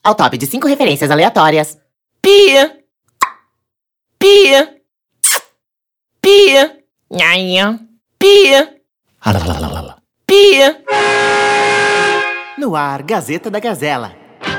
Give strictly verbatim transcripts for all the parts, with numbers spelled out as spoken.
ao top de cinco referências aleatórias. Pia! Pia! Pia! Nhaia! Pia! Pia! No ar, Gazeta da Gazela.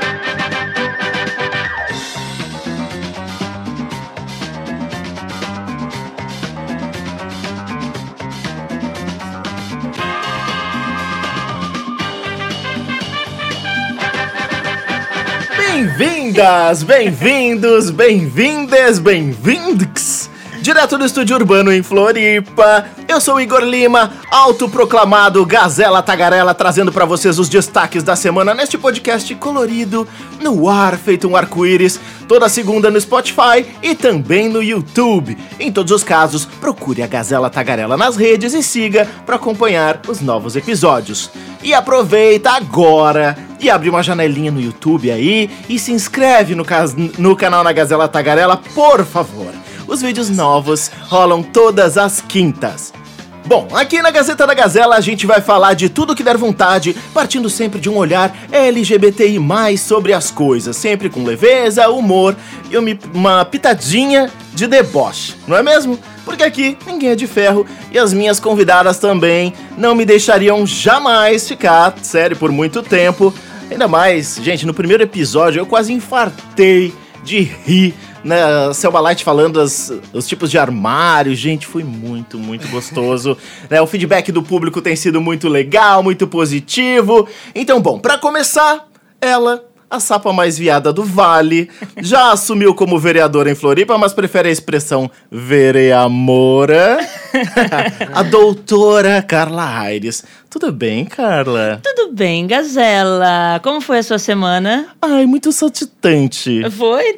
Bem-vindas, bem-vindos, bem-vindes, bem-vindos! Direto do Estúdio Urbano em Floripa, eu sou o Igor Lima, autoproclamado Gazela Tagarela, trazendo pra vocês os destaques da semana neste podcast colorido, no ar, feito um arco-íris, toda segunda no Spotify e também no YouTube. Em todos os casos, procure a Gazela Tagarela nas redes e siga pra acompanhar os novos episódios. E aproveita agora e abre uma janelinha no YouTube aí e se inscreve no, cas- no canal na Gazela Tagarela, por favor. Os vídeos novos rolam todas as quintas. Bom, aqui na Gazeta da Gazela a gente vai falar de tudo que der vontade, partindo sempre de um olhar L G B T I mais, sobre as coisas, sempre com leveza, humor e uma pitadinha de deboche, não é mesmo? Porque aqui ninguém é de ferro e as minhas convidadas também não me deixariam jamais ficar sério por muito tempo. Ainda mais, gente, no primeiro episódio eu quase infartei de rir, né, Selma Light falando as, os tipos de armário, gente, foi muito, muito gostoso, né, o feedback do público tem sido muito legal, muito positivo. Então, bom, pra começar, ela, a sapa mais viada do Vale, já assumiu como vereadora em Floripa, mas prefere a expressão vereamora, a doutora Carla Aires. Tudo bem, Carla? Tudo bem, Gazela. Como foi a sua semana? Ai, muito saltitante. Foi?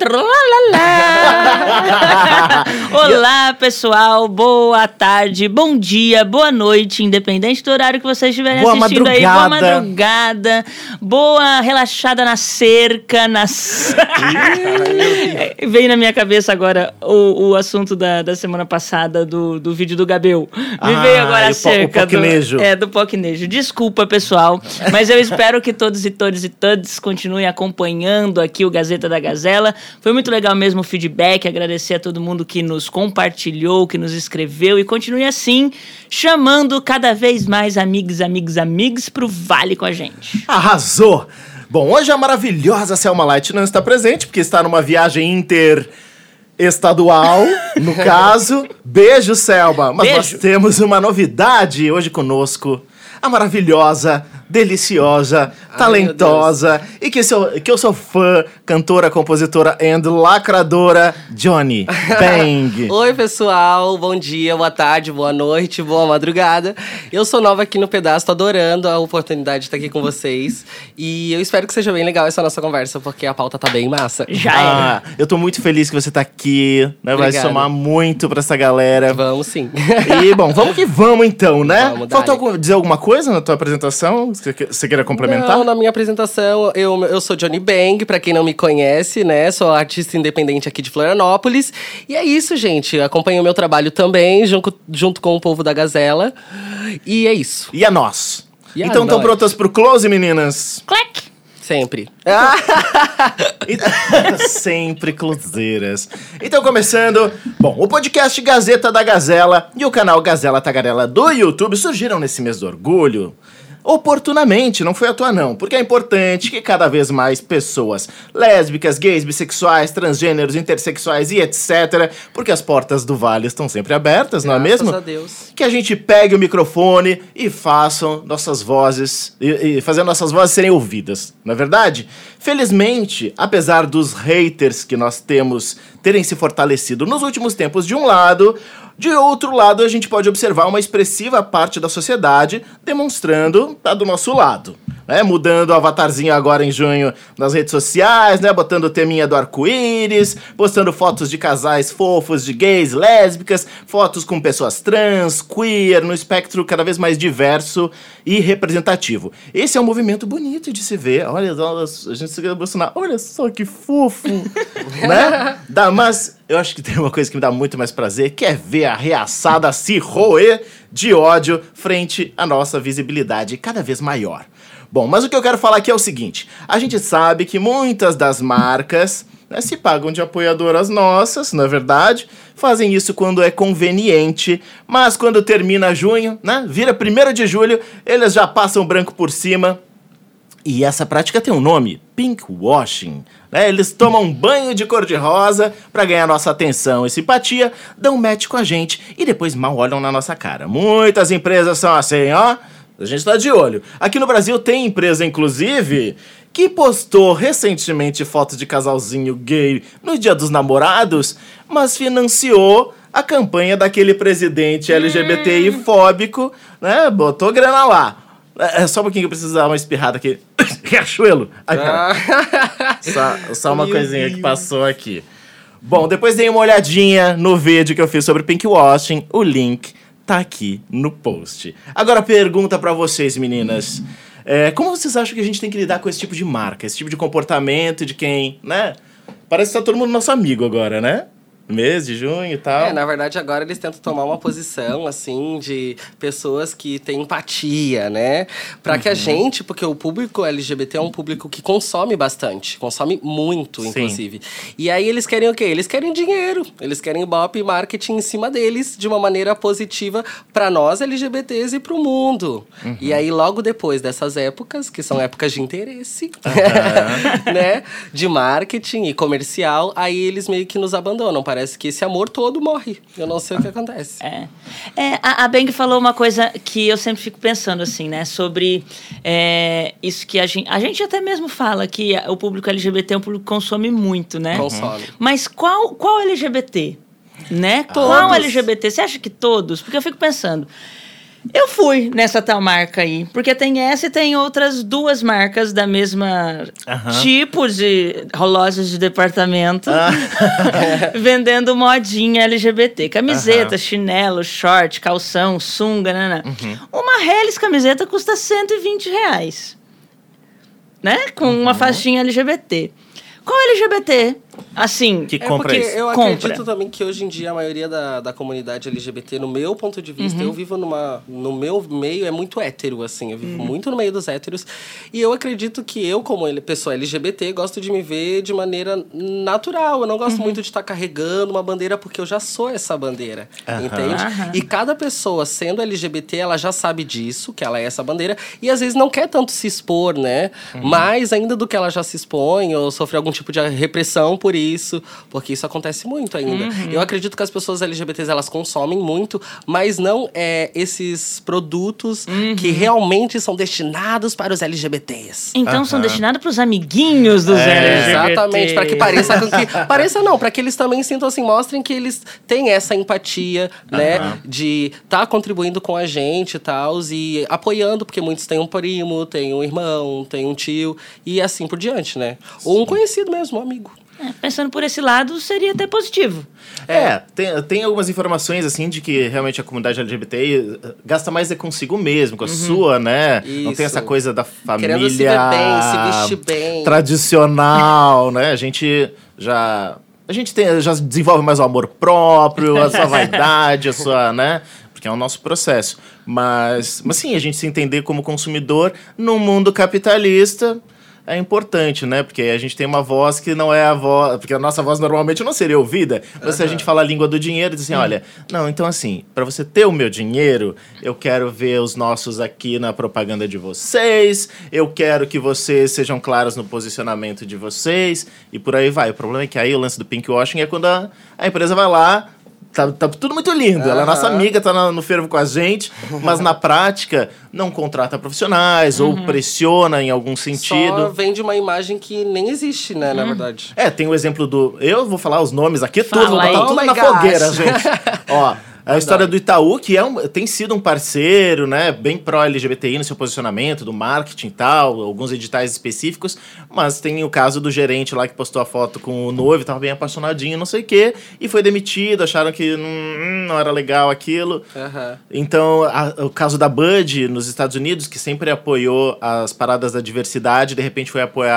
Olá, pessoal. Boa tarde, bom dia, boa noite, independente do horário que vocês estiverem boa assistindo madrugada. aí. Boa madrugada. Boa relaxada na cerca, nas... Veio na minha cabeça agora o, o assunto da, da semana passada do, do vídeo do Gabel. Me ah, veio agora a o cerca po, o do... É, do Poquinejo. Desculpa, pessoal, mas eu espero que todos e todas e todos continuem acompanhando aqui o Gazeta da Gazela. Foi muito legal mesmo o feedback, agradecer a todo mundo que nos compartilhou, que nos escreveu e continue assim, chamando cada vez mais amigos, amigos, amigos pro Vale com a gente. Arrasou! Bom, hoje a maravilhosa Selma Light não está presente, porque está numa viagem interestadual, no caso. Beijo, Selma! Mas Beijo. Nós temos uma novidade hoje conosco. A maravilhosa, deliciosa, ai, talentosa e que eu, sou, que eu sou fã, cantora, compositora e lacradora, Johnny Bang. Oi, pessoal, bom dia, boa tarde, boa noite, boa madrugada. Eu sou nova aqui no pedaço, tô adorando a oportunidade de estar aqui com vocês. E eu espero que seja bem legal essa nossa conversa, porque a pauta tá bem massa. Já ah, é. Eu tô muito feliz que você tá aqui, né? Vai somar muito pra essa galera. Vamos sim. E, bom, vamos que vamos então, né? Vamos, faltou algum, dizer alguma coisa na tua apresentação? Você, você queira complementar? Não, na minha apresentação, eu, eu sou Johnny Bang, pra quem não me conhece, né? Sou artista independente aqui de Florianópolis. E é isso, gente. Acompanho o meu trabalho também, junto, junto com o povo da Gazela. E é isso. E a nós? E a então, estão nós. prontas pro close, meninas? Clack! Sempre. Sempre closeiras. Então, começando, bom, o podcast Gazeta da Gazela e o canal Gazela Tagarela do YouTube surgiram nesse mês do orgulho. Oportunamente, não foi à toa não, porque é importante que cada vez mais pessoas lésbicas, gays, bissexuais, transgêneros, intersexuais e etcétera, porque as portas do Vale estão sempre abertas, não é mesmo? Graças a Deus. Que a gente pegue o microfone e façam nossas vozes, e, e fazer nossas vozes serem ouvidas, não é verdade? Felizmente, apesar dos haters que nós temos terem se fortalecido nos últimos tempos de um lado, de outro lado a gente pode observar uma expressiva parte da sociedade demonstrando a do nosso lado, né? Mudando o avatarzinho agora em junho nas redes sociais, né? Botando o teminha do arco-íris, postando fotos de casais fofos, de gays, lésbicas, fotos com pessoas trans, queer, no espectro cada vez mais diverso e representativo. Esse é um movimento bonito de se ver. Olha, a gente se emocionar. Olha só que fofo, né? Dá, mas eu acho que tem uma coisa que me dá muito mais prazer, que é ver a reaçada se roer de ódio frente à nossa visibilidade cada vez maior. Bom, mas o que eu quero falar aqui é o seguinte. A gente sabe que muitas das marcas, né, se pagam de apoiadoras nossas, não é verdade? Fazem isso quando é conveniente, mas quando termina junho, né, vira primeiro de julho, eles já passam branco por cima. E essa prática tem um nome, pink washing. Né? Eles tomam um banho de cor-de-rosa pra ganhar nossa atenção e simpatia, dão match com a gente e depois mal olham na nossa cara. Muitas empresas são assim, ó. A gente tá de olho. Aqui no Brasil tem empresa, inclusive, que postou recentemente fotos de casalzinho gay no Dia dos Namorados, mas financiou a campanha daquele presidente L G B T I-fóbico, né? Botou grana lá. É só um pouquinho que eu preciso dar uma espirrada aqui. Riachuelo. Ai, cara. Só, só uma Meu coisinha Deus. que passou aqui. Bom, depois dei uma olhadinha no vídeo que eu fiz sobre pinkwashing. O link tá aqui no post. Agora, pergunta pra vocês, meninas. É, como vocês acham que a gente tem que lidar com esse tipo de marca? Esse tipo de comportamento de quem, né? Parece que tá todo mundo nosso amigo agora, né? Mês de junho e tal. É, na verdade, agora eles tentam tomar uma posição, assim, de pessoas que têm empatia, né? Pra que a gente, porque o público L G B T é um público que consome bastante, consome muito, Sim. inclusive. E aí eles querem o quê? Eles querem dinheiro, eles querem ibope e marketing em cima deles de uma maneira positiva pra nós L G B Ts e pro mundo. Uhum. E aí, logo depois dessas épocas, que são épocas de interesse, né? De marketing e comercial, aí eles meio que nos abandonam. Parece que esse amor todo morre. Eu não sei o que acontece. É, é a, a Beng falou uma coisa que eu sempre fico pensando, assim, né? Sobre é, isso que a gente... A gente até mesmo fala que o público L G B T é um público que consome muito, né? Consome. Mas qual, qual L G B T? Né? Todos. Qual L G B T? Você acha que todos? Porque eu fico pensando... Eu fui nessa tal marca aí, porque tem essa e tem outras duas marcas da mesma Aham. tipo de relógios de departamento Ah. vendendo modinha L G B T. Camiseta, Aham. chinelo, short, calção, sunga, né? Uhum. Uma Hellis camiseta custa cento e vinte reais. Né? Com Uhum. uma faixinha L G B T. Qual L G B T? Assim, Que É compra porque isso? eu Compra. acredito também que hoje em dia a maioria da, da comunidade L G B T, no meu ponto de vista, eu vivo numa... No meu meio é muito hétero, assim. Eu vivo muito no meio dos héteros. E eu acredito que eu, como ele- pessoa L G B T, gosto de me ver de maneira natural. Eu não gosto muito de estar carregando uma bandeira, porque eu já sou essa bandeira. Aham. Entende? Aham. E cada pessoa, sendo L G B T, ela já sabe disso, que ela é essa bandeira. E às vezes não quer tanto se expor, né? Mais ainda do que ela já se expõe, ou sofre algum tipo de repressão por isso. Porque isso acontece muito ainda. Eu acredito que as pessoas L G B Ts, elas consomem muito, mas não é esses produtos que realmente são destinados para os L G B Ts. então são Aham. destinados para os amiguinhos dos É. L G B T. Exatamente, para que pareça com que... Pareça não, para que eles também sintam assim, mostrem que eles têm essa empatia, né? Aham. De estar contribuindo com a gente e tal, e apoiando, porque muitos têm um primo, têm um irmão, têm um tio, e assim por diante, né? Ou um conhecido mesmo, um amigo. É, pensando por esse lado, seria até positivo. É, tem, tem algumas informações, assim, de que realmente a comunidade L G B T eh, gasta mais é consigo mesmo, com a sua, né? Não tem Isso. essa coisa da família... Querendo se ver bem, se vestir bem. Tradicional, né? A gente já... A gente tem, já desenvolve mais o amor próprio, a sua vaidade, a sua, né? Porque é o nosso processo. Mas, mas sim, a gente se entender como consumidor num mundo capitalista... É importante, né? Porque a gente tem uma voz que não é a voz... Porque a nossa voz normalmente não seria ouvida. Mas se a gente fala a língua do dinheiro, diz assim, olha... Não, então assim, para você ter o meu dinheiro, eu quero ver os nossos aqui na propaganda de vocês, eu quero que vocês sejam claros no posicionamento de vocês, e por aí vai. O problema é que aí o lance do pinkwashing é quando a, a empresa vai lá... Tá, tá tudo muito lindo. Ela é nossa Aham. amiga, tá na- no fervo com a gente, mas na prática não contrata profissionais ou pressiona em algum Só sentido. vende uma imagem que nem existe, né, na verdade. É, tem o exemplo do. Eu vou falar os nomes aqui, Fala tudo, vou aí. botar Oh tudo my na gosh. fogueira, gente. Ó. A história do Itaú, que é um, tem sido um parceiro, né, bem pró-L G B T I no seu posicionamento, do marketing e tal, alguns editais específicos, mas tem o caso do gerente lá que postou a foto com o noivo, tava bem apaixonadinho, não sei o quê, e foi demitido, acharam que hum, não era legal aquilo. Aham. Então, a- o caso da Bud nos Estados Unidos, que sempre apoiou as paradas da diversidade, de repente foi apoiar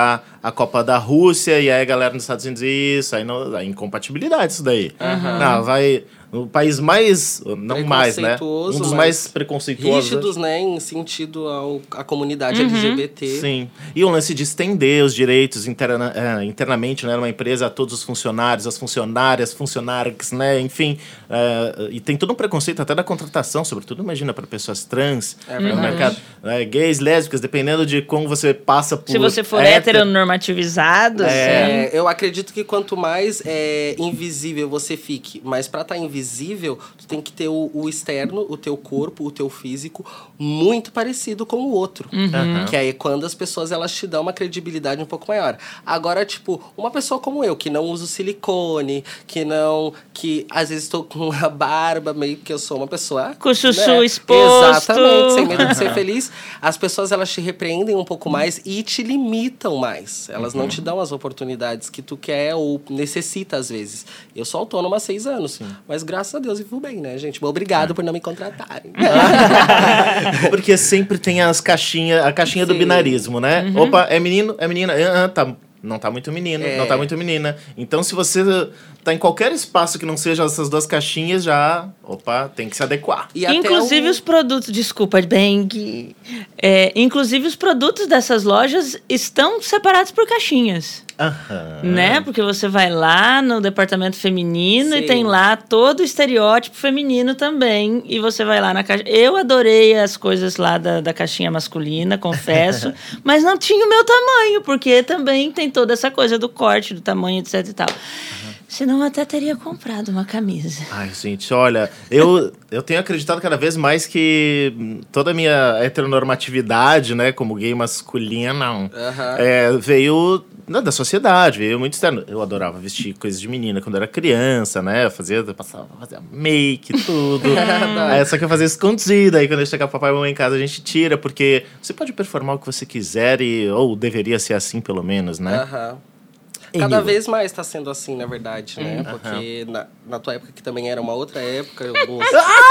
a Copa da Rússia, e aí a galera nos Estados Unidos, isso, aí, não, aí incompatibilidade isso daí. Aham. Não, vai... O país mais, não mais, né? Um Preconceituoso, dos mas mais preconceituosos. Rígidos, né, em sentido ao, à comunidade L G B T. Sim. E o lance de estender os direitos interna, é, internamente, né, numa empresa, a todos os funcionários, as funcionárias, funcionários, né, enfim. É, e tem todo um preconceito até da contratação, sobretudo, imagina, para pessoas trans, É no mercado, né, gays, lésbicas, dependendo de como você passa por... Se você for hétero- heteronormativizado, assim. É, eu acredito que quanto mais é, invisível você fique, mas pra estar invisível, tu tem que ter o, o externo, o teu corpo, o teu físico, muito parecido com o outro. Uhum. Que aí quando as pessoas elas te dão uma credibilidade um pouco maior. Agora, tipo, uma pessoa como eu, que não uso silicone, que não... Que às vezes estou com a barba, meio que eu sou uma pessoa... Com o chuchu né? exposto. Exatamente, sem medo de ser feliz. As pessoas, elas te repreendem um pouco mais e te limitam mais. Elas não te dão as oportunidades que tu quer ou necessita, às vezes. Eu sou autônoma há seis anos, mas graças a Deus vivo bem, né, gente? Obrigado por não me contratarem. Porque sempre tem as caixinhas, a caixinha do Sim. binarismo, né? Opa, é menino, é menina. Ah, tá, não tá muito menino, É. não tá muito menina. Então, se você tá em qualquer espaço que não seja essas duas caixinhas, já, opa, tem que se adequar. E até Inclusive o- os produtos, desculpa, Bang. É, inclusive os produtos dessas lojas estão separados por caixinhas. Aham. Né? Porque você vai lá no departamento feminino e Sim. tem lá todo o estereótipo feminino também. E você vai lá na caixa. Eu adorei as coisas lá da, da caixinha masculina, confesso. Mas não tinha o meu tamanho, porque também tem toda essa coisa do corte, do tamanho, etc e tal. Senão eu até teria comprado uma camisa. Ai, gente, olha, eu, eu tenho acreditado cada vez mais que toda a minha heteronormatividade, né, como gay masculina, não, Aham. é, veio né, da sociedade, veio muito externo. Eu adorava vestir coisas de menina quando era criança, né, eu fazia, eu passava, fazia make, tudo. É, só que eu fazia escondido, aí quando eu chegar papai e mamãe em casa a gente tira, porque você pode performar o que você quiser, e, ou deveria ser assim pelo menos, né? Aham. Cada Anyway. vez mais tá sendo assim, na verdade, né? Porque na, na tua época, que também era uma outra época, alguns...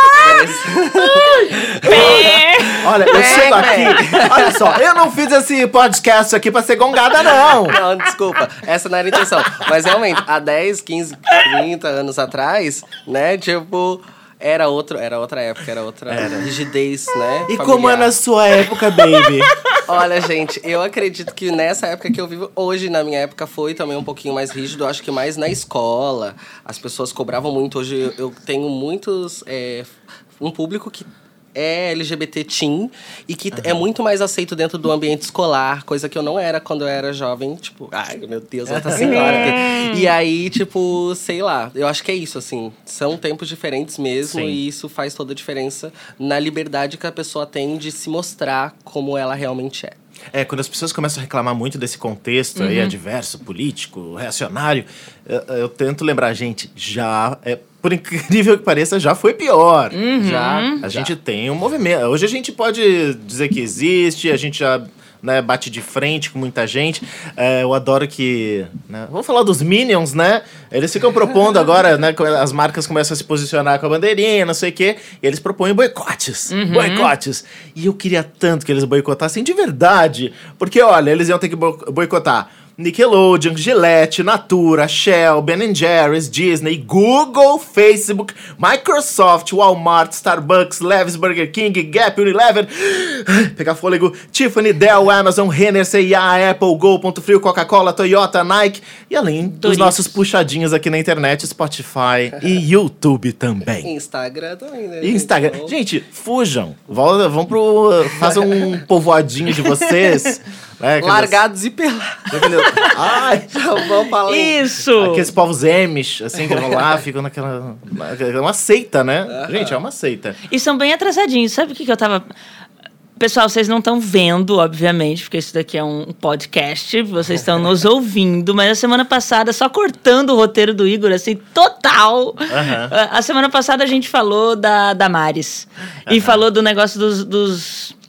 Olha, eu chego aqui. Olha só, eu não fiz esse podcast aqui pra ser gongada, não. Não, desculpa. Essa não era a intenção. Mas realmente, há dez, quinze, trinta anos atrás, né? Tipo, era, outro, era outra época, era outra rigidez, né? E familiar. como é na sua época, baby? Olha, gente, eu acredito que nessa época que eu vivo, hoje, na minha época, foi também um pouquinho mais rígido. Eu acho que mais na escola. As pessoas cobravam muito. Hoje eu, eu tenho muitos... É, um público que é L G B T teen e que é muito mais aceito dentro do ambiente escolar, coisa que eu não era quando eu era jovem. Tipo, ai, meu Deus, outra senhora. E aí, tipo, sei lá. Eu acho que é isso, assim. São tempos diferentes mesmo. Sim. E isso faz toda a diferença na liberdade que a pessoa tem de se mostrar como ela realmente é. É, quando as pessoas começam a reclamar muito desse contexto aí, adverso, político, reacionário, eu, eu tento lembrar, gente, já, é, por incrível que pareça, já foi pior. Já. A gente tem um movimento. Hoje a gente pode dizer que existe, a gente já né, bate de frente com muita gente. É, eu adoro que... Né, vamos falar dos Minions, né? Eles ficam propondo agora, né? As marcas começam a se posicionar com a bandeirinha, não sei o quê. E eles propõem boicotes. Boicotes. E eu queria tanto que eles boicotassem de verdade. Porque, olha, eles iam ter que bo- boicotar Nickelodeon, Gillette, Natura, Shell, Ben and Jerry's, Disney, Google, Facebook, Microsoft, Walmart, Starbucks, Levi's, Burger King, Gap, Unilever, pegar fôlego, Tiffany, Dell, Amazon, Renner, C e A, Apple, Go, Ponto Frio, Coca-Cola, Toyota, Nike, e além dos Doritos. nossos puxadinhos aqui na internet, Spotify e YouTube também. Instagram também, né? E Instagram. Então, Gente, fujam. Vão, vão pro. Façam um povoadinho de vocês. Né, aquelas- largados e pelados. Entendeu? Ai, Vamos falar. Isso! aqueles povos Amish, assim, que vão lá, ficam naquela. É uma seita, né? Gente, é uma seita. E são bem atrasadinhos. Sabe o que, que eu tava... Pessoal, vocês não estão vendo, obviamente, porque isso daqui é um podcast, vocês estão nos ouvindo, mas a semana passada, só cortando o roteiro do Igor, assim, total. Aham. A, a semana passada a gente falou da Damares. E falou do negócio dos... dos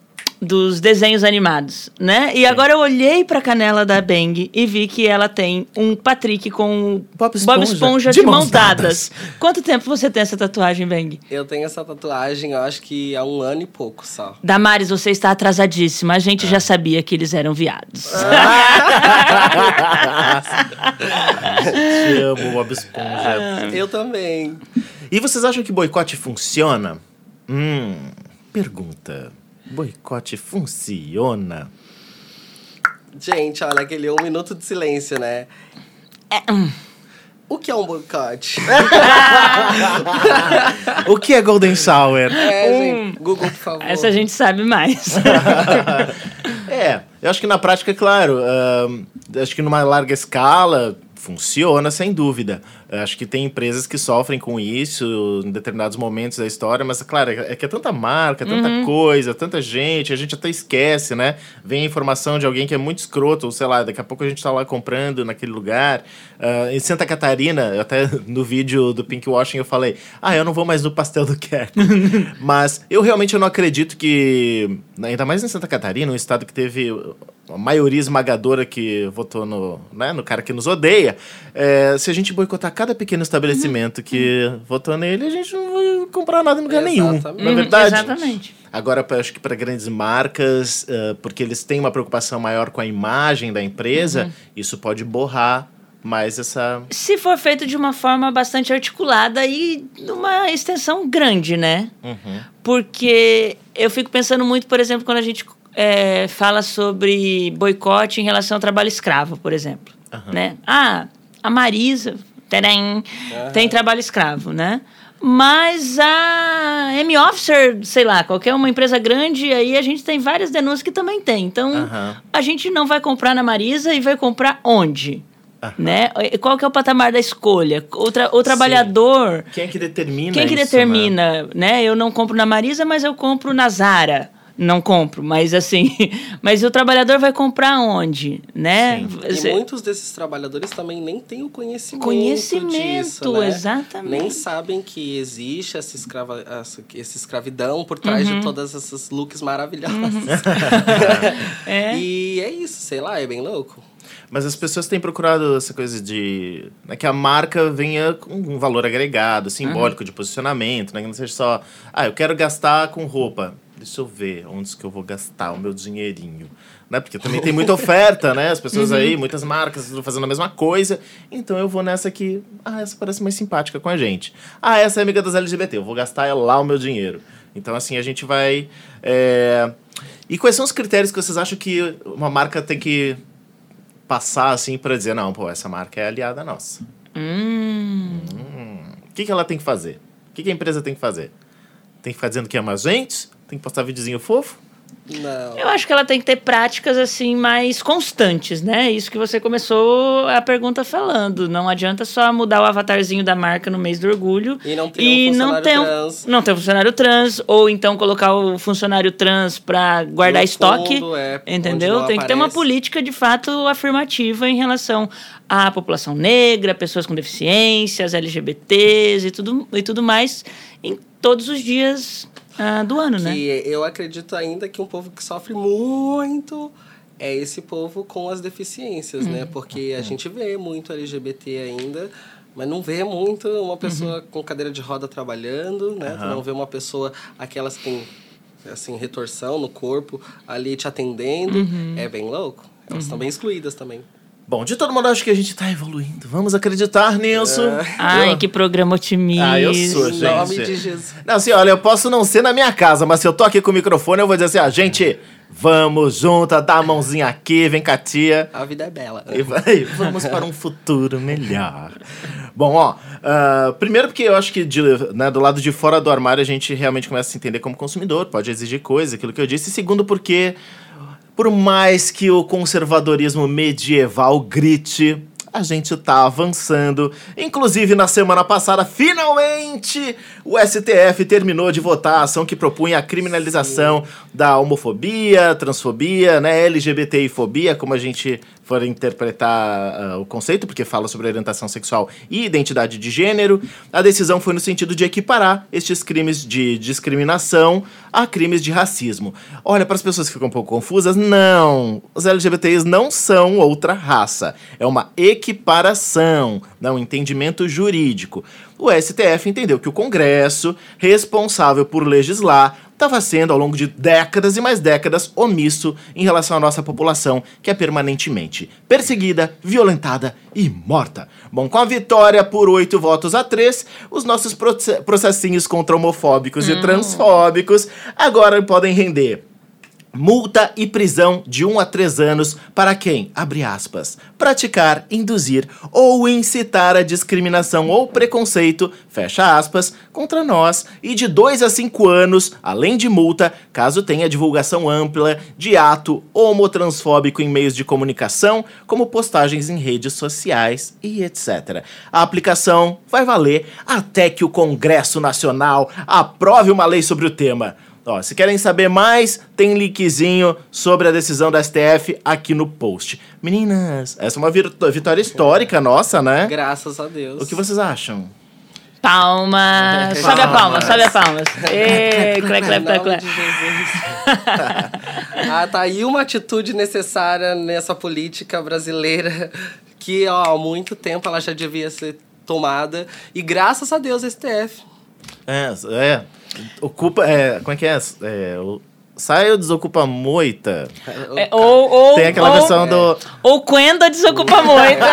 dos desenhos animados, né? E agora eu olhei pra canela da Bang e vi que ela tem um Patrick com Bob Esponja, Bob Esponja de de, mãos mãos dadas. Quanto tempo você tem essa tatuagem, Bang? Eu tenho essa tatuagem, eu acho que há um ano e pouco só. Damares, você está atrasadíssima. A gente já sabia que eles eram viados. Te amo, Bob Esponja. Eu também. E vocês acham que boicote funciona? Hum, pergunta. Boicote funciona? Gente, olha, aquele um minuto de silêncio, né? É, hum. O que é um boicote? O que é Golden Shower? É, gente. Google, por favor. Essa a gente sabe mais. É, eu acho que na prática, claro, uh, acho que numa larga escala funciona, sem dúvida. Eu acho que tem empresas que sofrem com isso em determinados momentos da história, mas, claro, é que é tanta marca, tanta uhum. coisa, tanta gente, a gente até esquece, né? Vem a informação de alguém que é muito escroto, ou sei lá, daqui a pouco a gente tá lá comprando naquele lugar. Uh, em Santa Catarina, até no vídeo do Pinkwashing eu falei, ah, eu não vou mais no pastel do Queco. Mas eu realmente eu não acredito que, ainda mais em Santa Catarina, um estado que teve a maioria esmagadora que votou no, né, no cara que nos odeia, é, se a gente boicotar cada pequeno estabelecimento uhum. que uhum. votou nele, a gente não vai comprar nada em lugar nenhum. Na uhum, verdade. Exatamente. Agora, eu acho que para grandes marcas, uh, porque eles têm uma preocupação maior com a imagem da empresa, uhum. isso pode borrar mais essa... Se for feito de uma forma bastante articulada e numa extensão grande, né? Uhum. Porque eu fico pensando muito, por exemplo, quando a gente é, fala sobre boicote em relação ao trabalho escravo, por exemplo. Uhum. Né? Ah, a Marisa tadam, uhum. tem trabalho escravo, né? Mas a M-Officer, sei lá, qualquer uma empresa grande, aí a gente tem várias denúncias que também tem. Então, uhum. a gente não vai comprar na Marisa e vai comprar onde? Uhum. Né? Qual que é o patamar da escolha? O, tra- o trabalhador... Sim. Quem é que determina Quem é que isso, determina, né? né? Eu não compro na Marisa, mas eu compro na Zara. Não compro, mas assim... Mas o trabalhador vai comprar onde, né? Sim. E muitos desses trabalhadores também nem têm o conhecimento, conhecimento disso, né? Exatamente. Nem sabem que existe essa, escrava, essa, essa escravidão por trás uhum. de todas essas looks maravilhosas. Uhum. é. E é isso, sei lá, é bem louco. Mas as pessoas têm procurado essa coisa de... Né, que a marca venha com um valor agregado, simbólico, uhum. de posicionamento, né? Que não seja só... Ah, eu quero gastar com roupa. Deixa eu ver onde que eu vou gastar o meu dinheirinho. Né? Porque também tem muita oferta, né? As pessoas uhum. aí, muitas marcas estão fazendo a mesma coisa. Então eu vou nessa aqui. Ah, essa parece mais simpática com a gente. Ah, essa é amiga das L G B T. Eu vou gastar lá o meu dinheiro. Então assim, a gente vai... É... E quais são os critérios que vocês acham que uma marca tem que passar assim para dizer, não, pô, essa marca é aliada nossa? Hum. Hum. O que, que ela tem que fazer? O que, que a empresa tem que fazer? Tem que ficar dizendo que ama a gente? Tem que postar videozinho fofo? Não. Eu acho que ela tem que ter práticas assim mais constantes, né? Isso que você começou a pergunta falando. Não adianta só mudar o avatarzinho da marca no mês do orgulho e não ter e um funcionário não ter um, trans. Não ter um funcionário trans, ou então colocar o funcionário trans para guardar no estoque. Fundo, é, entendeu? Tem aparece. que ter uma política de fato afirmativa em relação à população negra, pessoas com deficiências, L G B Ts e tudo, e tudo mais em todos os dias Uh, do ano, que né? Eu acredito ainda que um povo que sofre muito é esse povo com as deficiências, uhum. né? Porque a gente vê muito L G B T ainda, mas não vê muito uma pessoa uhum. com cadeira de roda trabalhando, né? Uhum. Não vê uma pessoa, aquelas que tem, assim, retorção no corpo, ali te atendendo. Uhum. É bem louco. Elas estão uhum. bem excluídas também. Bom, de todo modo, acho que a gente tá evoluindo. Vamos acreditar nisso. É. Ai, eu... que programa otimista. Ah, eu sou, gente. Em nome de Jesus. Não, assim, olha, eu posso não ser na minha casa, mas se eu tô aqui com o microfone, eu vou dizer assim, ah, gente, vamos junto, dá a mãozinha aqui, vem cá, tia. A vida é bela. E vai, vamos para um futuro melhor. Bom, ó, uh, primeiro porque eu acho que de, né, do lado de fora do armário a gente realmente começa a se entender como consumidor, pode exigir coisas, aquilo que eu disse. E segundo porque... Por mais que o conservadorismo medieval grite, a gente tá avançando. Inclusive, na semana passada, finalmente, o S T F terminou de votar a ação que propunha a criminalização Sim. da homofobia, transfobia, né, L G B T I fobia, como a gente for interpretar uh, o conceito, porque fala sobre orientação sexual e identidade de gênero, a decisão foi no sentido de equiparar estes crimes de discriminação a crimes de racismo. Olha, para as pessoas que ficam um pouco confusas, não, os L G B T is não são outra raça, é uma equiparação, não, um entendimento jurídico. O S T F entendeu que o Congresso, responsável por legislar, estava sendo, ao longo de décadas e mais décadas, omisso em relação à nossa população, que é permanentemente perseguida, violentada e morta. Bom, com a vitória por oito votos a três, os nossos processinhos contra homofóbicos hum. e transfóbicos agora podem render multa e prisão de um a três anos para quem, abre aspas, praticar, induzir ou incitar a discriminação ou preconceito, fecha aspas, contra nós, e de dois a cinco anos, além de multa, caso tenha divulgação ampla de ato homotransfóbico em meios de comunicação, como postagens em redes sociais e etcétera. A aplicação vai valer até que o Congresso Nacional aprove uma lei sobre o tema. Ó, se querem saber mais, tem linkzinho sobre a decisão da S T F aqui no post. Meninas, essa é uma vitória histórica nossa, né? Graças a Deus. O que vocês acham? Palmas. Sobe a palma, sobe a palmas. Ê, clé, clé, clé, clé. Ah, tá aí uma atitude necessária nessa política brasileira que, ó, há muito tempo ela já devia ser tomada. E graças a Deus, S T F. É, é. Ocupa. É, como é que é? É o, sai ou desocupa moita? É, ou, ou, Tem aquela ou, versão do. Ou Quenda desocupa moita.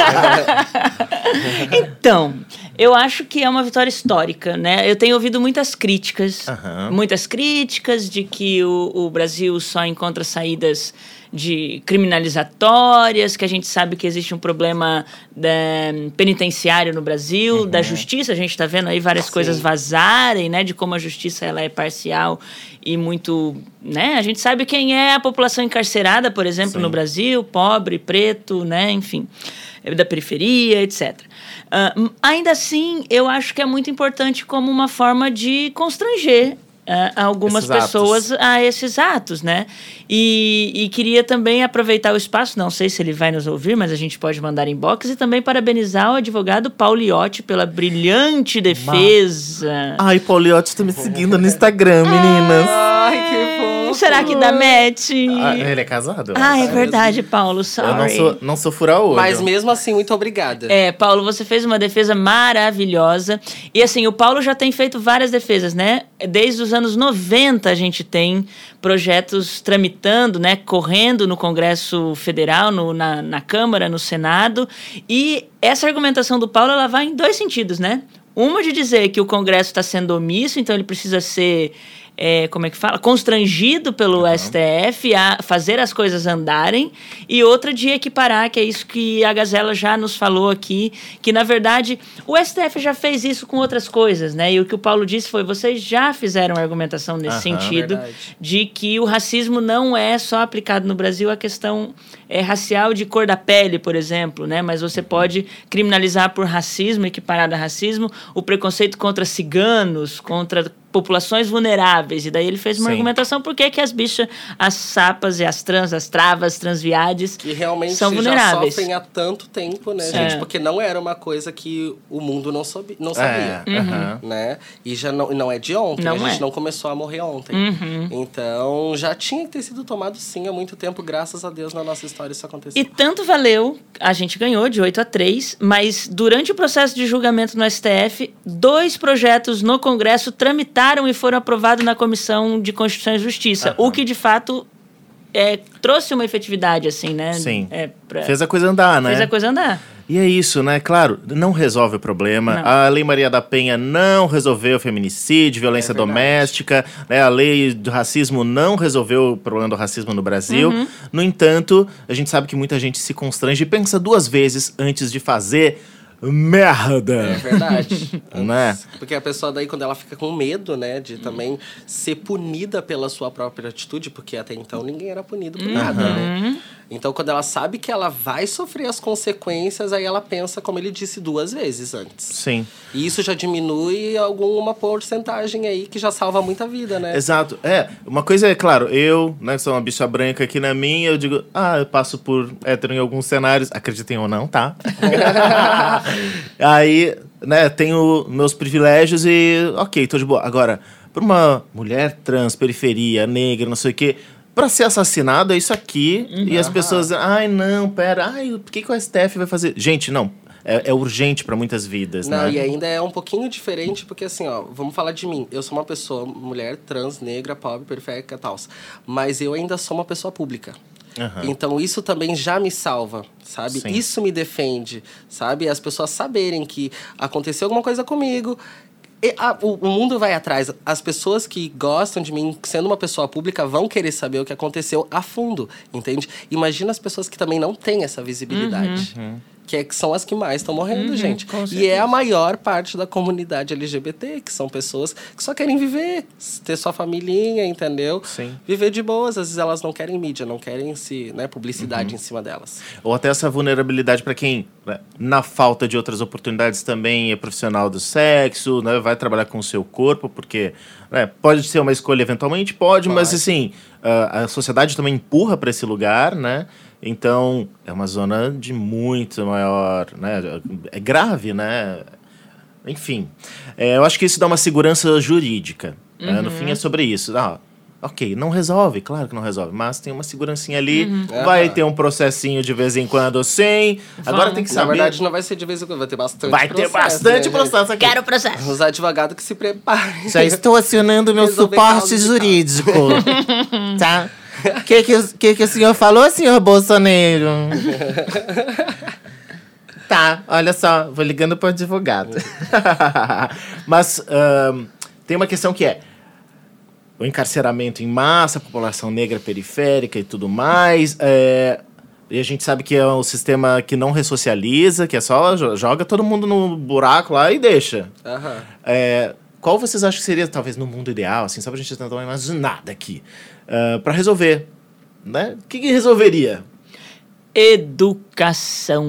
Então, eu acho que é uma vitória histórica, né? Eu tenho ouvido muitas críticas. Uhum. Muitas críticas de que o, o Brasil só encontra saídas de criminalizatórias, que a gente sabe que existe um problema da, penitenciário no Brasil, uhum. da justiça, a gente está vendo aí várias Sim. coisas vazarem, né, de como a justiça ela é parcial e muito, né, a gente sabe quem é a população encarcerada, por exemplo, Sim. no Brasil, pobre, preto, né, enfim, da periferia, etcétera. Uh, ainda assim, eu acho que é muito importante como uma forma de constranger Uh, algumas esses pessoas atos. a esses atos, né? E, e queria também aproveitar o espaço, não sei se ele vai nos ouvir, mas a gente pode mandar inbox, e também parabenizar o advogado Pauliotti pela brilhante defesa. Ai, Pauliotti tá me seguindo no Instagram, meninas. Ai, que fofo. Será que dá match? Ah, ele é casado? Ah, é verdade, Paulo, sorry. Eu não sou, não sou fura-olho. Mas mesmo assim, muito obrigada. É, Paulo, você fez uma defesa maravilhosa. E assim, o Paulo já tem feito várias defesas, né? Desde os anos noventa a gente tem projetos tramitando, né? Correndo no Congresso Federal, no, na, na Câmara, no Senado. E essa argumentação do Paulo, ela vai em dois sentidos, né? Uma de dizer que o Congresso está sendo omisso, então ele precisa ser... É, como é que fala? Constrangido pelo uhum. S T F a fazer as coisas andarem, e outra de equiparar, que é isso que a Gazela já nos falou aqui, que na verdade o S T F já fez isso com outras coisas, né? E o que o Paulo disse foi, vocês já fizeram argumentação nesse uhum, sentido, verdade. De que o racismo não é só aplicado no Brasil a questão é, racial de cor da pele, por exemplo, né? Mas você pode criminalizar por racismo, equiparado a racismo, o preconceito contra ciganos, contra populações vulneráveis. E daí ele fez uma Sim. argumentação por que as bichas, as sapas e as trans, as travas, transviades que realmente são vulneráveis. Já sofrem há tanto tempo, né, Sim. gente? Porque não era uma coisa que o mundo não, soube, não sabia, é, uhum. né? E já não, não é de ontem, não a gente é. não começou a morrer ontem. Uhum. Então, já tinha que ter sido tomado, sim, há muito tempo. Graças a Deus, na nossa história isso aconteceu. E tanto valeu, a gente ganhou de oito a três, mas durante o processo de julgamento no S T F, dois projetos no Congresso tramitaram e foram aprovados na Comissão de Constituição e Justiça, uhum. o que de fato é, trouxe uma efetividade, assim, né? Sim, é, pra... fez a coisa andar, né? Fez a coisa andar. E é isso, né? Claro, não resolve o problema. Não. A Lei Maria da Penha não resolveu o feminicídio, violência é doméstica. Né? A lei do racismo não resolveu o problema do racismo no Brasil. Uhum. No entanto, a gente sabe que muita gente se constrange e pensa duas vezes antes de fazer merda. É verdade. Né? Porque a pessoa daí, quando ela fica com medo, né, de também ser punida pela sua própria atitude, porque até então ninguém era punido por uhum. nada, né? Então, quando ela sabe que ela vai sofrer as consequências, aí ela pensa, como ele disse, duas vezes antes. Sim. E isso já diminui alguma porcentagem aí que já salva muita vida, né? Exato. É, uma coisa é, claro, eu, né, que sou uma bicha branca aqui na minha, eu digo, ah, eu passo por hétero em alguns cenários, acreditem ou não, tá? Aí, né, tenho meus privilégios e, ok, tô de boa. Agora, pra uma mulher trans, periferia, negra, não sei o quê, pra ser assassinado é isso aqui, uhum. E as pessoas, ai, não, pera, ai, por que, que o S T F vai fazer? Gente, não. É, é urgente para muitas vidas, não, né? E ainda é um pouquinho diferente, porque assim, ó, vamos falar de mim. Eu sou uma pessoa, mulher, trans, negra, pobre, periférica e tal. Mas eu ainda sou uma pessoa pública. Uhum. Então isso também já me salva, sabe? Sim. Isso me defende, sabe? As pessoas saberem que aconteceu alguma coisa comigo. E a, o, o mundo vai atrás. As pessoas que gostam de mim, sendo uma pessoa pública, vão querer saber o que aconteceu a fundo, entende? Imagina as pessoas que também não têm essa visibilidade. Uhum. Que, é, que são as que mais estão morrendo, uhum, gente. E é a maior parte da comunidade L G B T, que são pessoas que só querem viver, ter sua familhinha, entendeu? Sim. Viver de boas. Às vezes elas não querem mídia, não querem se, né, publicidade uhum. em cima delas. Ou até essa vulnerabilidade para quem, né, na falta de outras oportunidades, também é profissional do sexo, né, vai trabalhar com o seu corpo, porque, né, pode ser uma escolha eventualmente, pode, pode. Mas assim, a, a sociedade também empurra para esse lugar, né? Então, é uma zona de muito maior, né? É grave, né? Enfim, é, eu acho que isso dá uma segurança jurídica. Uhum. Né? No fim, é sobre isso. Ah, ok, não resolve, claro que não resolve, mas tem uma segurancinha ali, uhum. vai ter um processinho de vez em quando, sim. Agora Vamos. tem que saber... Na verdade, não vai ser de vez em quando, vai ter bastante vai processo. Vai ter bastante né? processo aqui. Quero processo. Os advogados que se preparem. Já estou acionando meu suporte jurídico. Tá? O que que, que que o senhor falou, senhor Bolsonaro? Tá, olha só, vou ligando pro advogado. Mas um, tem uma questão que é o encarceramento em massa, a população negra periférica e tudo mais. É, e a gente sabe que é um sistema que não ressocializa, que é só joga todo mundo no buraco lá e deixa. Uhum. É, qual vocês acham que seria, talvez, no mundo ideal, assim, só pra gente tentar imaginar daqui, uh, pra resolver, né? O que, que resolveria? Educação.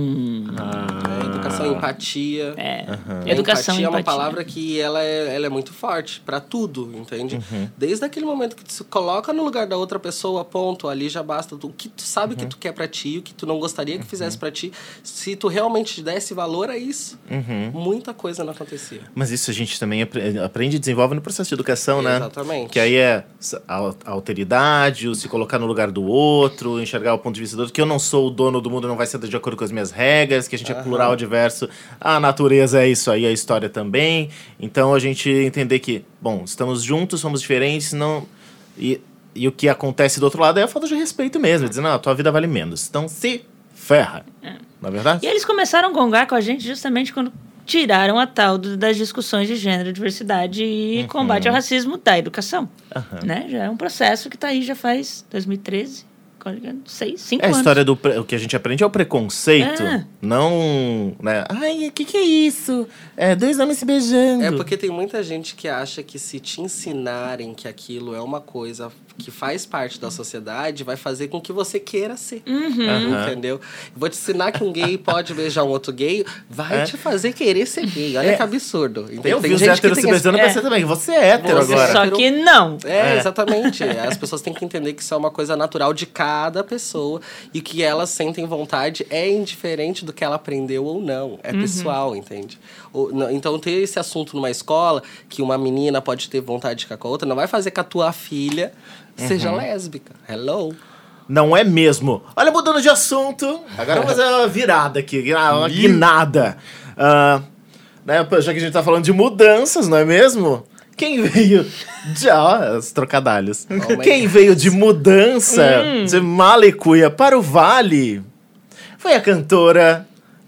Ah. É, educação, empatia. É. Uhum. Educação, empatia é uma empatia. palavra que ela é, ela é muito forte pra tudo, entende? Uhum. Desde aquele momento que tu se coloca no lugar da outra pessoa, ponto, ali já basta. O que tu sabe uhum. que tu quer pra ti, o que tu não gostaria que fizesse uhum. pra ti. Se tu realmente desse valor a isso, uhum. muita coisa não acontecia. Mas isso a gente também aprende e desenvolve no processo de educação, né? Exatamente. Que aí é a alteridade, o se colocar no lugar do outro, enxergar o ponto de vista do outro, que eu não sou o dono do mundo, não vai ser de acordo com as minhas regras, que a gente uhum. é plural, diverso, a natureza é isso aí, a história também. Então a gente entender que, bom, estamos juntos, somos diferentes, não... E, e o que acontece do outro lado é a falta de respeito mesmo, dizendo, não, a tua vida vale menos. Então se ferra, é. Não é verdade? E eles começaram a gongar com a gente justamente quando tiraram a tal do, das discussões de gênero, diversidade e uhum. combate ao racismo da educação. Uhum. Né? Já é um processo que está aí já faz dois mil e treze. Seis, cinco é, anos. A história do... Pre... O que a gente aprende é o preconceito. É. Não... Né? Ai, o que, que é isso? É, dois homens se beijando. É porque tem muita gente que acha que se te ensinarem que aquilo é uma coisa que faz parte da sociedade, vai fazer com que você queira ser. Uhum. Uhum. Entendeu? Vou te ensinar que um gay pode beijar um outro gay, vai é. te fazer querer ser gay. Olha é. que absurdo. Entendeu? Eu vi os héteros se beijando pra você também. Você é hétero você agora. Só que não. É, é, exatamente. As pessoas têm que entender que isso é uma coisa natural de cada pessoa e que elas sentem vontade é indiferente do que ela aprendeu ou não. É uhum. pessoal, entende? Então, ter esse assunto numa escola, que uma menina pode ter vontade de ficar com a outra, não vai fazer que a tua filha uhum. seja lésbica. Hello? Não é mesmo. Olha, mudando de assunto, agora vamos fazer uma virada aqui, uma guinada. Uh, né, já que a gente tá falando de mudanças, não é mesmo? Quem veio de... Ó, os trocadalhos. Oh, Quem veio de mudança, hum. de Malicuia para o Vale, foi a cantora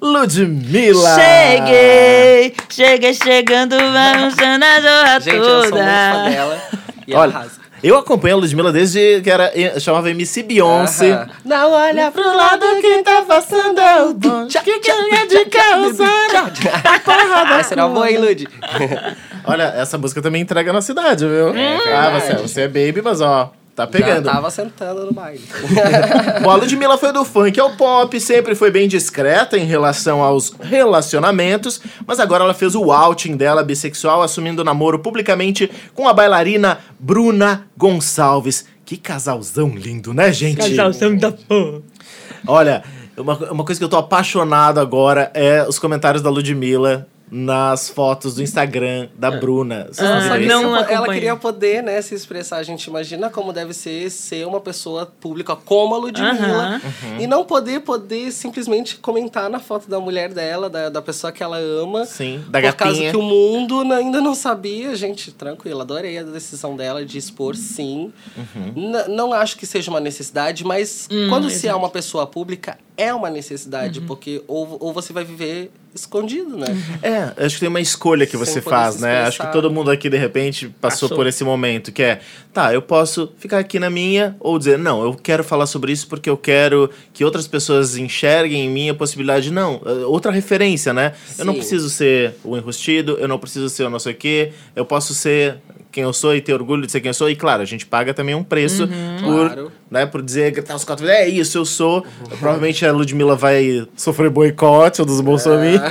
Ludmilla. Cheguei, cheguei chegando, balançando a zorra Gente, toda. eu sou muito fã dela e Olha, ela arrasa. Eu acompanho a Ludmilla desde que era, chamava M C Beyoncé. Uh-huh. Não olha pro lado que tá passando o bonde. Que que é de causada? Essa era boa, hein, Lud? Olha, essa música também entrega na cidade, viu? É, ah, você, você é baby, mas ó, Tá pegando. Já tava sentando no baile. Bom, a Ludmilla foi do funk ao pop, sempre foi bem discreta em relação aos relacionamentos, mas agora ela fez o outing dela bissexual, assumindo o namoro publicamente com a bailarina Bruna Gonçalves. Que casalzão lindo, né, gente? Casalzão da porra. Olha, uma, uma coisa que eu tô apaixonado agora é os comentários da Ludmilla nas fotos do Instagram da Bruna. Vocês Ah, viram Só que isso? não ela acompanho. queria poder, né, se expressar. A gente imagina como deve ser ser uma pessoa pública como a Ludmilla. Aham. E não poder, poder simplesmente comentar na foto da mulher dela, da, da pessoa que ela ama. Sim, da Por causa gatinha. que o mundo ainda não sabia. Gente, tranquilo, adorei a decisão dela de expor, sim. N- não acho que seja uma necessidade, mas Hum, quando se é exato. uma pessoa pública, é uma necessidade. Porque ou, ou você vai viver escondido, né? É, acho que tem uma escolha que Sem você poder faz, se né? expressar. Acho que todo mundo aqui, de repente, passou Passou. por esse momento, que é, tá, eu posso ficar aqui na minha, ou dizer, não, eu quero falar sobre isso porque eu quero que outras pessoas enxerguem em mim a possibilidade, não, é outra referência, né? Eu não Sim. preciso ser o enrustido, eu não preciso ser o não sei o quê, eu posso ser quem eu sou e ter orgulho de ser quem eu sou, e claro, a gente paga também um preço por, Claro. né, por dizer, gritar os quatro, é isso, eu sou. Provavelmente a Ludmilla vai sofrer boicote dos bolsominions.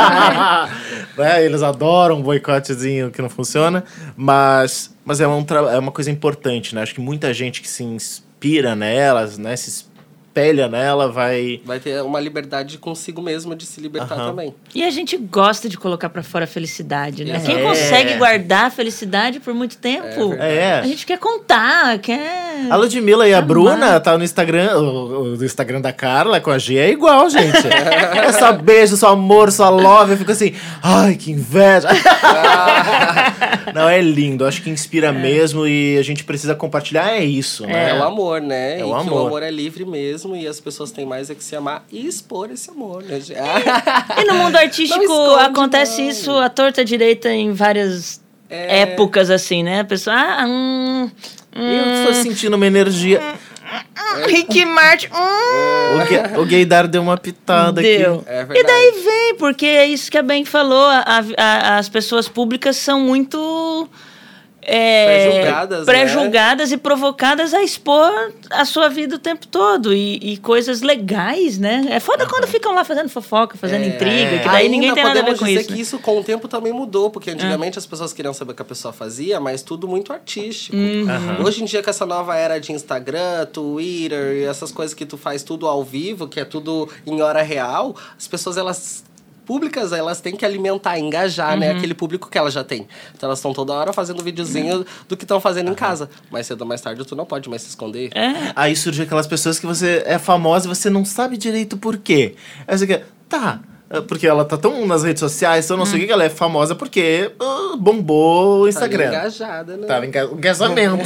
Né, eles adoram um boicotezinho que não funciona, mas, mas é, um tra- é uma coisa importante, né? Acho que muita gente que se inspira nelas, né, se espelha nela, vai... Vai ter uma liberdade consigo mesmo de se libertar Aham. também. E a gente gosta de colocar pra fora a felicidade, né? Exato. Quem É. consegue guardar a felicidade por muito tempo? É. A gente quer contar, quer... A Ludmilla e a Amar. Bruna tá no Instagram, o, o do Instagram da Carla com a G é igual, gente. É só beijo, só amor, só love. Eu fico assim, ai, que inveja. Não, é lindo. Acho que inspira mesmo e a gente precisa compartilhar. É isso, né? É o amor, né? É e o que amor. o amor é livre mesmo e as pessoas têm mais é que se amar e expor esse amor, né? E no mundo artístico esconde, acontece não. isso à torta direita em várias É. épocas, assim, né? A pessoa, ah, hum, Eu tô sentindo uma energia. Rick Martin, hum. O, ga- o gaydar deu uma pitada Deu. aqui. É E verdade. daí vem, porque é isso que a Ben falou, a- a- as pessoas públicas são muito... é, Pré-julgadas, né? pré-julgadas e provocadas a expor a sua vida o tempo todo. E, e coisas legais, né? É foda quando ficam lá fazendo fofoca, fazendo intriga, que daí Ainda ninguém tem nada a ver podemos com dizer isso. que né? isso com o tempo também mudou, porque antigamente as pessoas queriam saber o que a pessoa fazia, mas tudo muito artístico. Uhum. Hoje em dia, com essa nova era de Instagram, Twitter e essas coisas que tu faz tudo ao vivo, que é tudo em hora real, as pessoas, elas... públicas, elas têm que alimentar, engajar, né? Aquele público que elas já têm. Então elas estão toda hora fazendo videozinho do que estão fazendo em casa. Mais cedo ou mais tarde tu não pode mais se esconder. É. Aí surge aquelas pessoas que você é famosa e você não sabe direito por quê. Aí você quer, tá, é porque ela tá tão nas redes sociais, então não sei o que, que ela é famosa porque uh, bombou o Tá Instagram. ali engajada, né? Tava em ca- um casamento.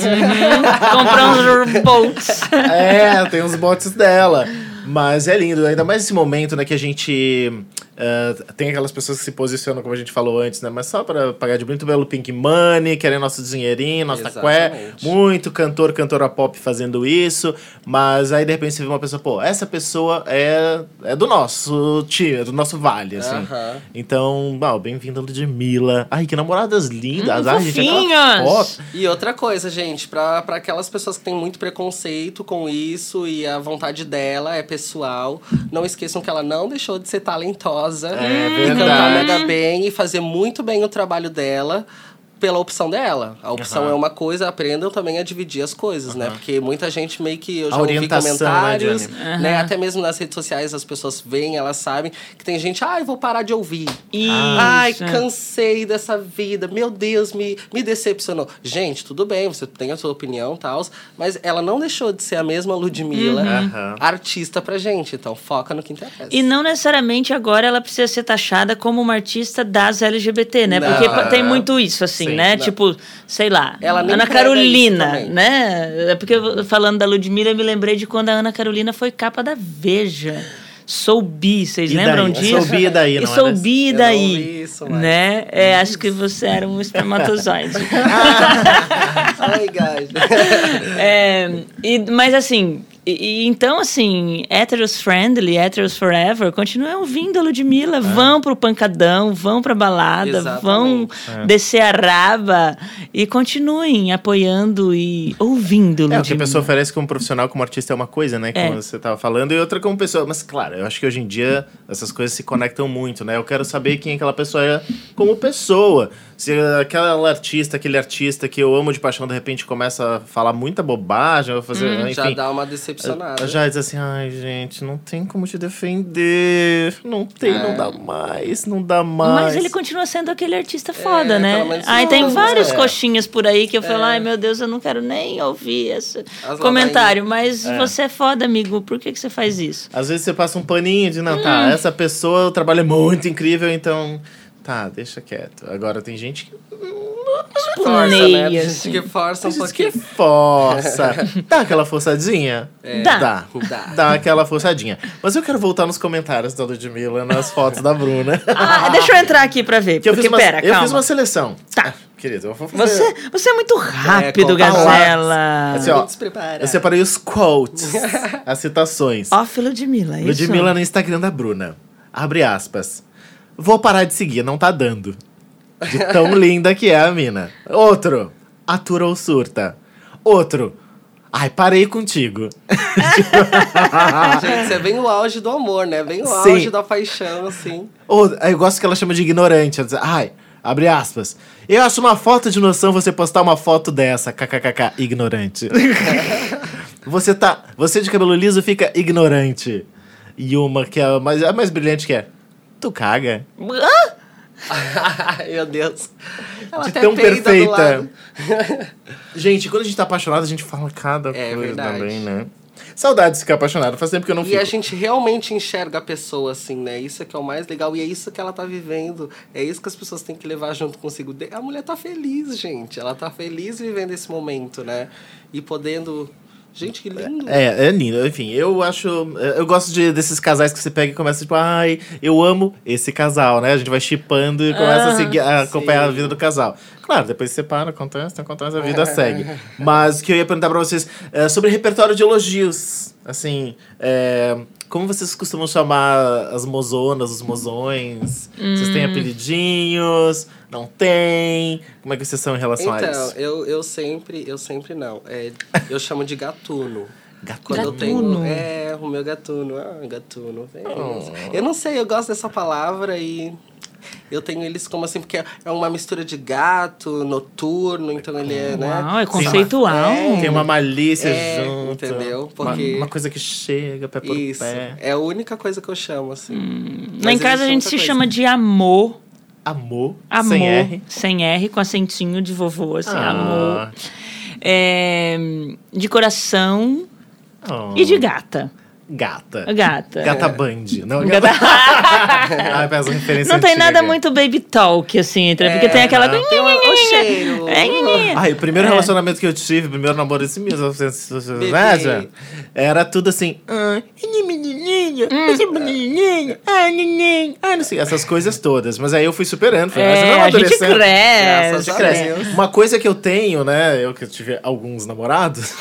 Comprar uns bolts. É, tem os bots dela. Mas é lindo, ainda mais esse momento, né, que a gente... uh, tem aquelas pessoas que se posicionam, como a gente falou antes, né? Mas só pra pagar de bonito pelo Pink Money, querem nosso dinheirinho, nossa taqué. Exatamente. Muito cantor, cantora pop fazendo isso. Mas aí, de repente, você vê uma pessoa, pô, essa pessoa é, é do nosso time, é do nosso vale, assim. Aham. Então, bom, bem-vinda, Ludmilla. Ai, que namoradas lindas. Hum, Ai, gente, aquela fofinhas. foto. E outra coisa, gente, pra, pra aquelas pessoas que têm muito preconceito com isso e a vontade dela é pessoal, não esqueçam que ela não deixou de ser talentosa É e cantar verdade. mega bem e fazer muito bem o trabalho dela pela opção dela. A opção Aham. é uma coisa, aprendam também a dividir as coisas, né? Porque muita gente meio que... Eu A já ouvi orientação, né, comentários, Johnny? né? Até mesmo nas redes sociais as pessoas veem, elas sabem que tem gente, ai, vou parar de ouvir. Isso. Ai, cansei dessa vida. Meu Deus, me, me decepcionou. Gente, tudo bem, você tem a sua opinião e tal, mas ela não deixou de ser a mesma Ludmilla, Uhum. artista pra gente. Então, foca no que interessa. E não necessariamente agora ela precisa ser taxada como uma artista das L G B T, né? Não. Porque pa- tem muito isso, assim, Sim, né? não. Tipo, sei lá, Ela nem Ana prega Carolina, isso também. né? É porque eu- falando da Ludmilla, eu me lembrei de quando a Ana Carolina foi capa da Veja. Sou bi, vocês E lembram daí? disso? Sou bi, e daí, E não sou era? bi, e Eu não daí? ouvi isso, mas- né? É, acho que você era um espermatozoide. Ai, guys. É, e, mas assim, E, e então, assim, héteros friendly, héteros forever, continuem ouvindo a Ludmilla. É. Vão pro pancadão, vão pra balada, Exatamente. vão é. descer a raba e continuem apoiando e ouvindo Ludmilla. É, o que a pessoa oferece como profissional, como artista é uma coisa, né? Como é. você tava falando, e outra como pessoa. Mas, claro, eu acho que hoje em dia essas coisas se conectam muito, né? Eu quero saber quem aquela pessoa é como pessoa. Se aquela artista, aquele artista que eu amo de paixão, de repente começa a falar muita bobagem, eu vou fazer, hum, enfim, já dá uma decepcionada. Já diz assim, ai, gente, não tem como te defender. Não tem, é. não dá mais, não dá mais. Mas ele continua sendo aquele artista foda, é, né? Aí tem vários é. coxinhas por aí que eu é. falo, ai, meu Deus, eu não quero nem ouvir esse As comentário. Mas é. você é foda, amigo, por que, que você faz isso? Às vezes você passa um paninho de, não, hum. tá, essa pessoa, o trabalho é muito incrível, então... Tá, deixa quieto. Agora tem gente que... Força, né? Tem gente que força um pouquinho. Que força. Dá aquela forçadinha? É. Dá. Dá. Dá. Dá aquela forçadinha. Mas eu quero voltar nos comentários da Ludmilla, nas fotos da Bruna. Ah, deixa eu entrar aqui pra ver. Que porque, eu fiz uma, pera, eu calma. fiz uma seleção. Tá. Querido, eu vou fazer... Você, você é muito rápido, é, Gazela. Assim, ó, eu separei os quotes, as citações. Ó, Ludmilla, isso. Ludmilla no Instagram da Bruna. Abre aspas. Vou parar de seguir, não tá dando. De tão linda que é a mina. Outro. Atura ou surta. Outro. Ai, parei contigo. Gente, você vem o auge do amor, né? Vem o Sim. auge da paixão, assim. Ou, eu gosto que ela chama de ignorante. Ela diz, ai, abre aspas. Eu acho uma falta de noção você postar uma foto dessa. Kkkk, ignorante. Você tá... Você de cabelo liso fica ignorante. E uma que é a mais, a mais brilhante que é... Tu caga. Meu Deus. Ela de tão perfeita. Gente, quando a gente tá apaixonado, a gente fala cada é, coisa verdade. também, né? Saudade de ficar apaixonado. Faz tempo que eu não e fico. E a gente realmente enxerga a pessoa assim, né? Isso é que é o mais legal. E é isso que ela tá vivendo. É isso que as pessoas têm que levar junto consigo. A mulher tá feliz, gente. Ela tá feliz vivendo esse momento, né? E podendo... Gente, que lindo. É, é lindo. Enfim, eu acho... Eu gosto de, desses casais que você pega e começa, tipo... Ai, eu amo esse casal, né? A gente vai shippando e começa ah, a, seguir, a acompanhar a vida do casal. Claro, depois separa, acontece, acontece, a vida segue. Mas o que eu ia perguntar pra vocês... É sobre repertório de elogios. Assim... É, como vocês costumam chamar as mozonas, os mozões? Hum. Vocês têm apelidinhos? Não tem? Como é que vocês são em relação então, a isso? Então, eu, eu sempre, eu sempre não. É, eu chamo de gatuno. Gatuno? Quando eu tenho, é, o meu gatuno. Ah, gatuno. É oh. Eu não sei, eu gosto dessa palavra e... Eu tenho eles como assim, porque é uma mistura de gato, noturno, então ele é, né? Uau, é conceitual. Tem uma, é, tem uma malícia é, junto. Entendeu? Porque... Uma, uma coisa que chega, pé por Isso, pé. É a única coisa que eu chamo, assim. Hum, lá em casa a gente se coisa. chama de amor. Amor? Amor. Sem R? Sem R, com acentinho de vovô, assim, ah. amor. É, de coração oh. e de gata. Gata. Gata. Gata é. Band. Não, gata... ah, essa referência não tem nada aqui. Muito baby talk, assim, entre, é, porque tem aquela... Não. Tem o cheiro. Ai, o primeiro é. relacionamento que eu tive, o primeiro namoro desse mil novecentos e noventa, era tudo assim... Ah, menininho, esse menininho, ah, neném, ah, não sei, essas coisas todas. Mas aí eu fui superando, fui é, mais a gente cresce. A gente cresce. Uma coisa que eu tenho, né, eu que tive alguns namorados,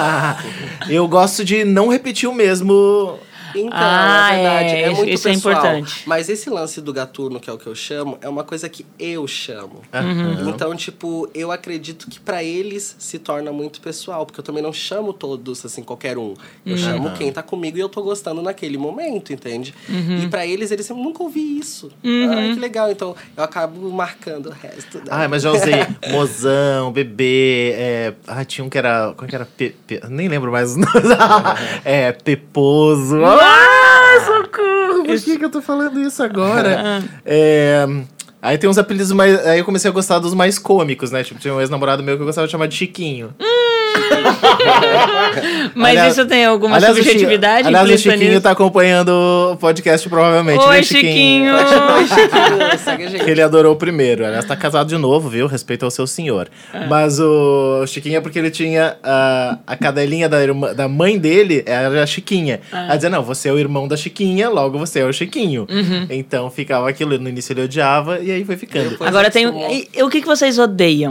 eu gosto de não repetir o mesmo. Então, ah, é verdade, é, é muito isso pessoal. É importante. Mas esse lance do gatuno, que é o que eu chamo, é uma coisa que eu chamo. Uhum. Então, tipo, eu acredito que pra eles se torna muito pessoal, porque eu também não chamo todos, assim, qualquer um. Eu uhum. chamo quem tá comigo e eu tô gostando naquele momento, entende? Uhum. E pra eles, eles eu nunca ouvi isso. Uhum. Ah, que legal. Então, eu acabo marcando o resto. Da... Ah, mas já usei mozão, bebê, é... Ah, tinha um que era... Qual que era? Pe... Pe... Nem lembro mais os nomes. É, peposo. Ah, socorro! Por que, que eu tô falando isso agora? é, aí tem uns apelidos mais... Aí eu comecei a gostar dos mais cômicos, né? Tipo, tinha um ex-namorado meu que eu gostava de chamar de Chiquinho. Mas aliás, isso tem alguma aliás, subjetividade? Aliás, o Chiquinho nisso? Tá acompanhando o podcast, provavelmente. Oi, né, Chiquinho! Oi, Chiquinho! Segue a gente. Que ele adorou o primeiro. Aliás, tá casado de novo, viu? Respeito ao seu senhor. Ah. Mas o Chiquinho é porque ele tinha a, a cadelinha da, irmã, da mãe dele, era a Chiquinha. Ah. Aí dizia, não, você é o irmão da Chiquinha, logo você é o Chiquinho. Uhum. Então ficava aquilo. No início ele odiava e aí foi ficando. Depois Agora tem... E, o que, que vocês odeiam?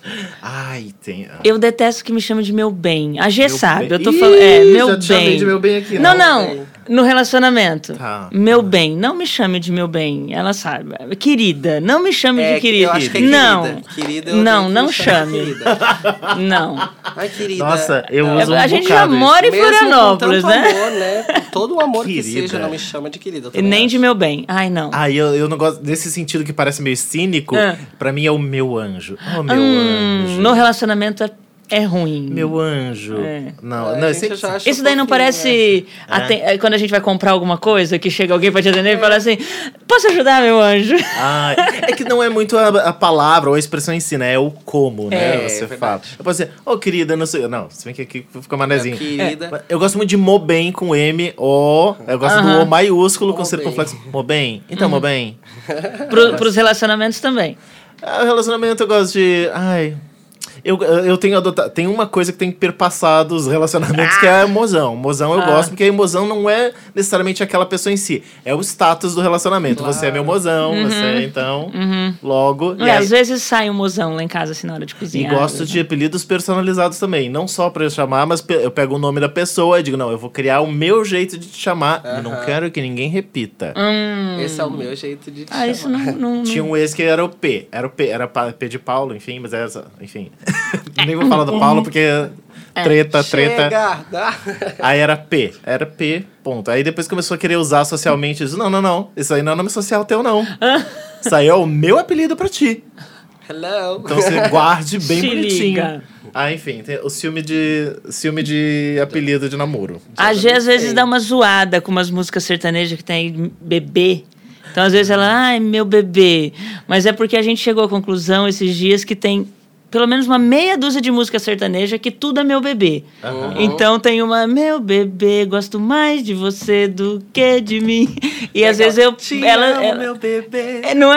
Ai, tem... Eu detesto que me chame de meu bem. A G Meu sabe, bem. eu tô Ih, falando. É, meu já te chamei bem. de meu bem aqui, Não, não. não. No relacionamento. Tá. Meu bem. Não me chame de meu bem. Ela sabe. Querida. Não me chame É, de querida. eu acho que é não. querida. Querida, eu não, odeio que não me chame de chame. querida. Não. Ai, querida. Nossa, eu É, uso um a gente já bocado mora em Mesmo Florianópolis, com tanto né? amor, né? Com todo o amor que Querida. seja, não me chama de querida. eu E também nem acho. de meu bem. Ai, não. Ai, eu, eu não gosto desse sentido que parece meio cínico. Ah. Pra mim é o meu anjo. Oh, meu Hum, anjo. no relacionamento é, é ruim. Meu anjo. É. Não, A não, eu gente sempre... já acha Isso daí não fofinho, parece aten- é, quando a gente vai comprar alguma coisa, que chega alguém pra te atender e fala assim: posso ajudar, meu anjo? Ai, é que não é muito a, a palavra ou a expressão em si, né? É o como, né? É, Você é fala. verdade. Eu posso dizer, ô querida, não sei. Não, se bem que aqui fica manezinho. É, querida. Eu gosto muito de mo bem com M, O. Eu gosto Aham. do O maiúsculo com Mo circunflexo. Mo bem. Então, mo bem. Pro, pros relacionamentos também. Ah, o relacionamento eu gosto de. Ai. Eu, eu tenho adotado. Tem uma coisa que tem que perpassar dos relacionamentos, que é a mozão. Mozão eu Ah. gosto, porque a mozão não é necessariamente aquela pessoa em si. É o status do relacionamento. Claro. Você é meu mozão, você então. Logo. É, às vezes sai um mozão lá em casa, assim, na hora de E cozinhar. gosto de apelidos personalizados também. Não só pra eu chamar, mas pe- eu pego o nome da pessoa e digo, não, eu vou criar o meu jeito de te chamar e não Aham. quero que ninguém repita. Hum. Esse é o meu jeito de te Ah, isso não... não, não... Tinha um ex que era o P. Era o P, era pa- P de Paulo, enfim, mas era essa, enfim. Nem vou falar do Paulo porque treta, treta. Chega! dá. Aí era P, era P, ponto. Aí depois começou a querer usar socialmente, eu disse, não, não, não, isso aí não é nome social teu, não. Isso aí é o meu apelido pra ti. Hello! Então você guarde bem Se bonitinho. liga. Ah, enfim, tem o ciúme de, ciúme de apelido de namoro. A G às vezes sei. dá uma zoada com umas músicas sertanejas que tem bebê. Então, às vezes, ela, ai, meu bebê. Mas é porque a gente chegou à conclusão esses dias que tem pelo menos uma meia dúzia de música sertaneja que tudo é meu bebê. Aham. Então tem uma, meu bebê, gosto mais de você do que de mim. E às Legal. vezes eu. Te ela, amo, ela- meu bebê. é, não é?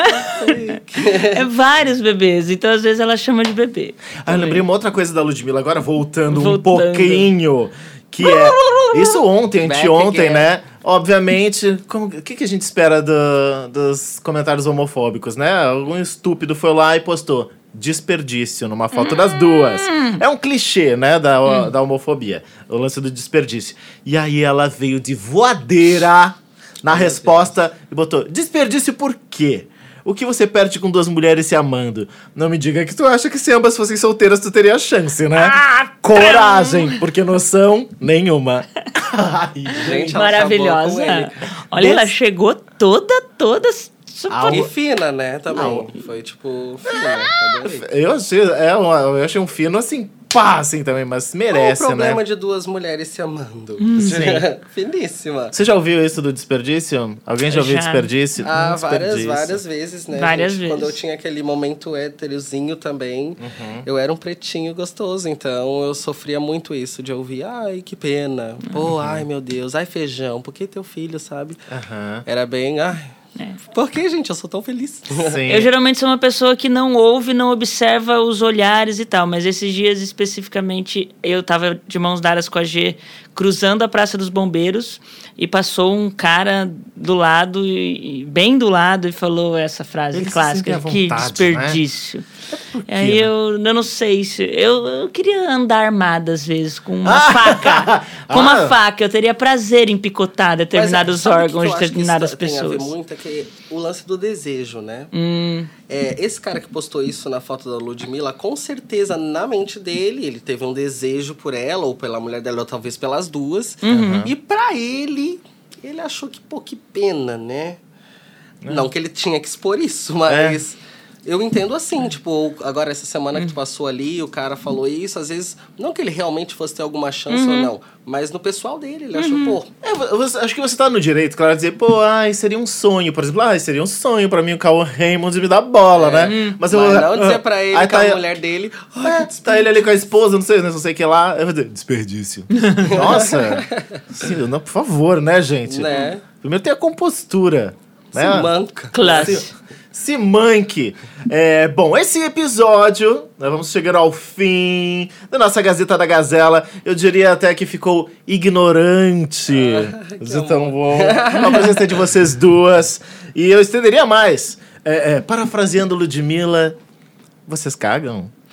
É vários bebês. Então, às vezes, ela chama de bebê. Ah, eu lembrei uma outra coisa da Ludmilla, agora voltando, um Voltando. pouquinho. Que é. Isso ontem, Back anteontem, again. né? Obviamente, como- o que, que a gente espera do- dos comentários homofóbicos, né? Algum estúpido foi lá e postou desperdício numa foto das duas. É um clichê, né, da, da homofobia, o lance do desperdício. E aí ela veio de voadeira na resposta e botou: desperdício por quê? O que você perde com duas mulheres se amando? Não me diga que tu acha que se ambas fossem solteiras tu teria chance, né? Coragem, porque noção nenhuma. Ai, Gente, ela Maravilhosa. acabou com ele. Olha, ela Desse- chegou toda, toda. Ah, E fina, né? Também. Não. Foi tipo, fina. Adorei. Eu achei, é uma, eu achei um fino assim, pá, assim também, mas merece, Qual o problema né? de duas mulheres se amando? Sim. Finíssima. Você já ouviu isso do desperdício? Alguém já ouviu Já. desperdício? Ah, Hum, várias, desperdício. várias vezes, né? Várias gente? vezes. Quando eu tinha aquele momento héterozinho também, Uhum. eu era um pretinho gostoso. Então eu sofria muito isso de ouvir, ai, que pena. Uhum. Pô, ai, meu Deus. Ai, feijão. Por que teu filho, sabe? Aham. Era bem, ai. Por que, gente? Eu sou tão feliz. Sim. Eu geralmente sou uma pessoa que não ouve, não observa os olhares e tal, mas esses dias especificamente eu tava de mãos dadas com a G cruzando a Praça dos Bombeiros e passou um cara do lado, e, e bem do lado, e falou essa frase Ele se clássica: sente à que vontade, desperdício. quê, Aí né? eu, eu não sei se. Eu, eu queria andar armada às vezes, com uma faca. Com uma Ah. faca. Eu teria prazer em picotar determinados Mas, sabe o que órgãos eu de acho que isso determinadas tem a ver pessoas. muito é que o lance do desejo, né? Hum. É, esse cara que postou isso na foto da Ludmilla, com certeza na mente dele, ele teve um desejo por ela, ou pela mulher dela, ou talvez pelas duas. Uhum. E pra ele, ele achou que, pô, que pena, né? Não que ele tinha que expor isso, mas... Eu entendo assim, tipo, agora essa semana que tu passou ali, o cara falou isso, às vezes, não que ele realmente fosse ter alguma chance ou não, mas no pessoal dele, ele achou, pô, É, você- acho que você tá no direito, claro, de dizer, pô, ai, seria um sonho, por exemplo, ai, seria um sonho pra mim o Cauã Raymond me dar bola, né? Mas eu mas vou- não dizer ah, pra ele aí que a tá, mulher dele, ai, É, tá ele ali com a esposa, não sei, não sei o que lá. Eu vou dizer, desperdício. Nossa! Sim, não, por favor, né, gente? Né? Primeiro tem a compostura. se né? manca. Classe. Se, se manque. É, bom, esse episódio, nós vamos chegar ao fim da nossa Gazeta da Gazela. Eu diria até que ficou ignorante. Isso é tão bom. A presença de vocês duas. E eu estenderia mais. É, é, parafraseando Ludmilla, vocês cagam?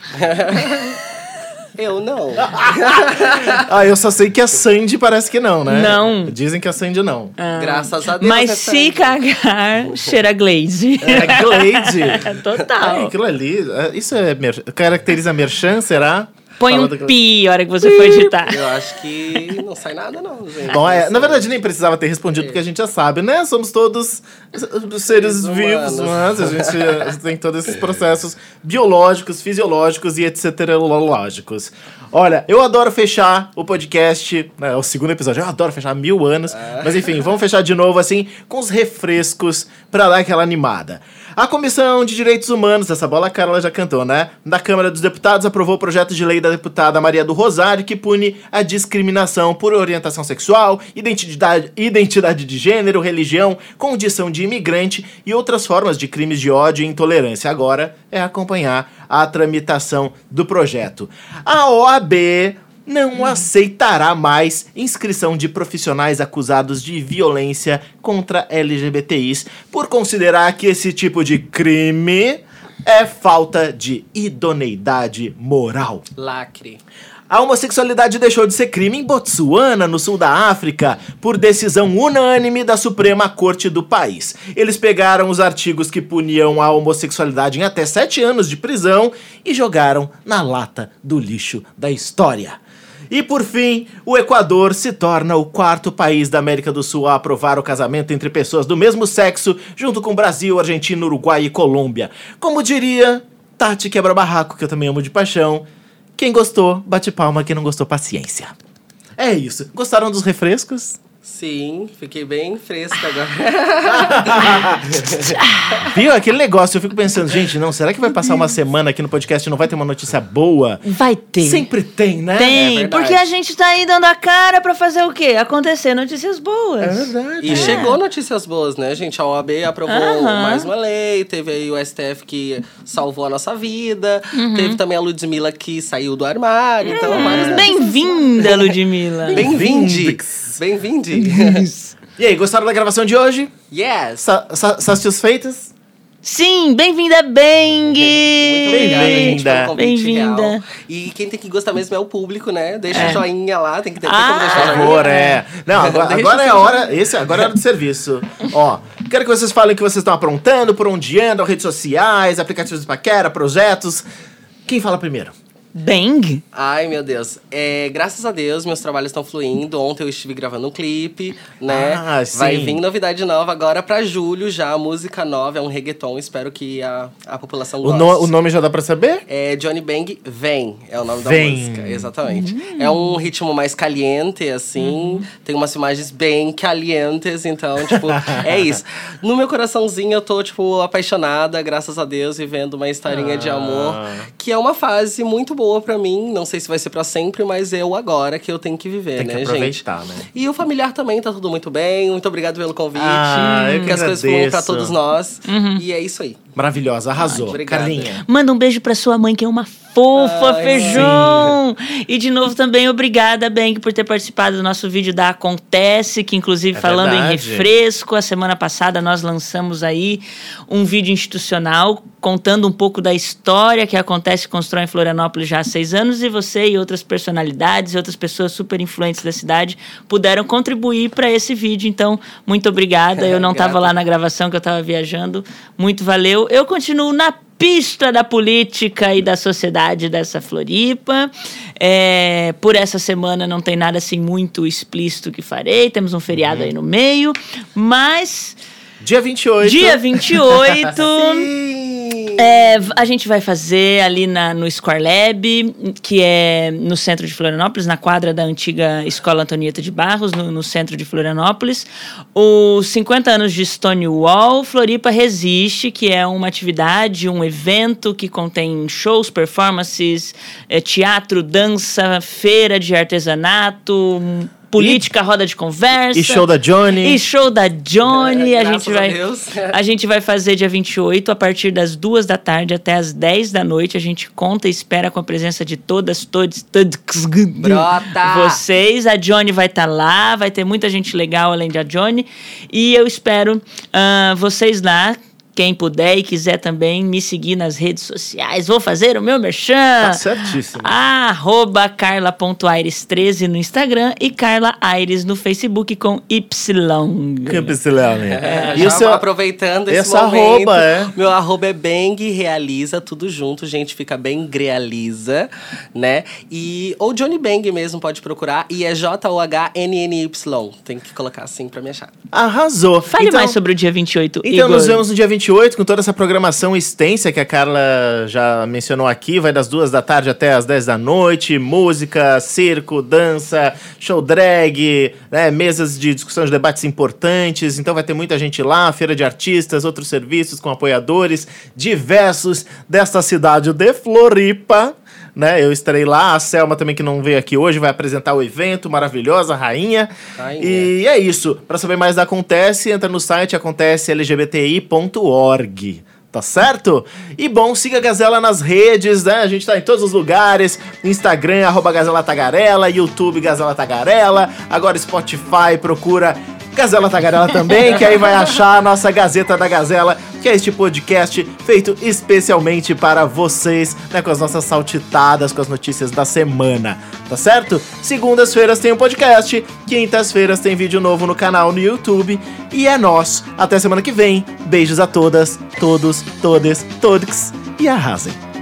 Eu não. Ah, eu só sei que a Sandy parece que não, né? Não. Dizem que a Sandy não. Ah. Graças a Deus. Mas é se Sandy. cagar, cheira glaze. É Glade. Total. É, aquilo ali, é, isso é mer- caracteriza merchan, será? Põe Fala um daquilo- pi a hora que você for editar. Eu acho que não sai nada, não, gente. Bom, é, Não na sai. verdade nem precisava ter respondido, porque a gente já sabe, né? Somos todos seres Seres vivos, humanos. mas a gente tem todos esses processos biológicos, fisiológicos e etcétera-lógicos. Olha, eu adoro fechar o podcast, né, é o segundo episódio, eu adoro fechar mil anos, mas enfim, vamos fechar de novo assim, com os refrescos pra dar aquela animada. A Comissão de Direitos Humanos, essa bola cara ela já cantou, né? Da Câmara dos Deputados aprovou o projeto de lei da deputada Maria do Rosário que pune a discriminação por orientação sexual, identidade, identidade de gênero, religião, condição de imigrante e outras formas de crimes de ódio e intolerância. Agora é acompanhar a tramitação do projeto. A O A B não aceitará mais inscrição de profissionais acusados de violência contra L G B T Is por considerar que esse tipo de crime é falta de idoneidade moral. Lacre. A homossexualidade deixou de ser crime em Botsuana, no sul da África, por decisão unânime da Suprema Corte do país. Eles pegaram os artigos que puniam a homossexualidade em até sete anos de prisão e jogaram na lata do lixo da história. E por fim, o Equador se torna o quarto país da América do Sul a aprovar o casamento entre pessoas do mesmo sexo, junto com Brasil, Argentina, Uruguai e Colômbia. Como diria Tati Quebra-Barraco, que eu também amo de paixão, quem gostou, bate palma, quem não gostou, paciência. É isso. Gostaram dos refrescos? Sim, fiquei bem fresca agora. Viu? Aquele negócio, eu fico pensando, gente, não, será que vai passar uma semana aqui no podcast e não vai ter uma notícia boa? Vai ter. Sempre tem, né? Tem, É verdade. porque a gente tá aí dando a cara pra fazer o quê? Acontecer notícias boas. É verdade. E chegou notícias boas, né, gente? A O A B aprovou Aham. mais uma lei, teve aí o S T F que salvou a nossa vida, Uhum. teve também a Ludmilla que saiu do armário, então várias notícias. Bem-vinda, Ludmilla. Bem-vinde! Bem-vindes. Bem-vinde! E aí, gostaram da gravação de hoje? Yes! Sa sa satisfeitas? Sim, bem-vinda, Bang! Muito obrigada, gente, pelo convite Bem-vinda. real. E quem tem que gostar mesmo é o público, né? Deixa o joinha lá, tem que ter tem Ah. como deixar Por joinha. favor, é. Não, agora, Deixa agora é seu a hora. Esse, agora é a hora do serviço. Ó, quero que vocês falem o que vocês estão aprontando, por onde andam, redes sociais, aplicativos de paquera, projetos. Quem fala primeiro? Bang? Ai, meu Deus. É, graças a Deus, meus trabalhos estão fluindo. Ontem eu estive gravando um clipe, né? Ah, sim. Vai vir novidade nova agora pra julho já. A música nova é um reggaeton. Espero que a, a população O, goste. no- o nome já dá pra saber? É Johnny Bang Vem, é o nome Vem. da música, exatamente. É um ritmo mais caliente, assim, tem umas imagens bem calientes, então, tipo, é isso. No meu coraçãozinho eu tô, tipo, apaixonada, graças a Deus, vivendo uma historinha de amor, que é uma fase muito boa pra mim, não sei se vai ser pra sempre, mas eu agora que eu tenho que viver, Tem que né, gente? aproveitar, né? E o familiar também, tá tudo muito bem, muito obrigado pelo convite, Ah, eu que as coisas fluam pra agradeço. todos nós, e é isso aí. Maravilhosa, arrasou. obrigado. Carlinha. Manda um beijo pra sua mãe, que é uma fofa, Ai, feijão. E de novo também, obrigada, Bang, por ter participado do nosso vídeo da Acontece, que inclusive É falando verdade. em refresco, a semana passada nós lançamos aí um vídeo institucional contando um pouco da história que a Acontece constrói em Florianópolis já há seis anos e você e outras personalidades e outras pessoas super influentes da cidade puderam contribuir para esse vídeo. Então, muito obrigada. Eu não estava Grata. lá na gravação, que eu estava viajando. Muito valeu. Eu continuo na pista da política e da sociedade dessa Floripa. É, por essa semana não tem nada assim muito explícito que farei. Temos um feriado aí no meio. Mas, Dia vinte e oito. dia vinte e oito... É, a gente vai fazer ali na, no Square Lab, que é no centro de Florianópolis, na quadra da antiga Escola Antonieta de Barros, no, no centro de Florianópolis. Os cinquenta anos de Stonewall Floripa Resiste, que é uma atividade, um evento que contém shows, performances, é, teatro, dança, feira de artesanato, política, roda de conversa. E show da Johnny. E show da Johnny. É, a graças gente a vai. Deus. A gente vai fazer dia vinte e oito, a partir das duas da tarde até as dez da noite. A gente conta e espera com a presença de todas, todos, todos. Brota! Vocês. A Johnny vai estar lá, vai ter muita gente legal além da Johnny. E eu espero ah, vocês lá. Quem puder e quiser também me seguir nas redes sociais, vou fazer o meu merchan. Tá certíssimo. Arroba carla ponto aires treze no Instagram e Carla Aires no Facebook com Y. Campicilhame. É, E já o seu... aproveitando esse Esse momento, arroba, é? meu arroba é Beng Realiza, tudo junto, gente, fica bem Grealiza, né? E, ou Johnny Beng mesmo, pode procurar, e é J O H N N Y, tem que colocar assim pra me achar. Arrasou. Fale então, mais sobre o dia vinte e oito, Então Igor. nos vemos no dia vinte e oito com toda essa programação extensa que a Carla já mencionou aqui. Vai das duas da tarde até as dez da noite. Música, circo, dança, show drag, né, mesas de discussão de debates importantes. Então vai ter muita gente lá, feira de artistas, outros serviços com apoiadores diversos desta cidade de Floripa. Né, eu estarei lá, a Selma também, que não veio aqui hoje, vai apresentar o evento, maravilhosa, rainha. Rainha. E é isso. Para saber mais da Acontece, entra no site acontece l g b t i ponto org. Tá certo? E bom, siga a Gazela nas redes, né? A gente tá em todos os lugares. Instagram, arroba Gazela Tagarela, YouTube Gazela Tagarela, agora Spotify, procura Gazela Tagarela também, que aí vai achar a nossa Gazeta da Gazela, que é este podcast feito especialmente para vocês, né, com as nossas saltitadas, com as notícias da semana, tá certo? Segundas-feiras tem um podcast, quintas-feiras tem vídeo novo no canal no YouTube, e é nóis. Até semana que vem. Beijos a todas, todos, todes, todos, e arrasem.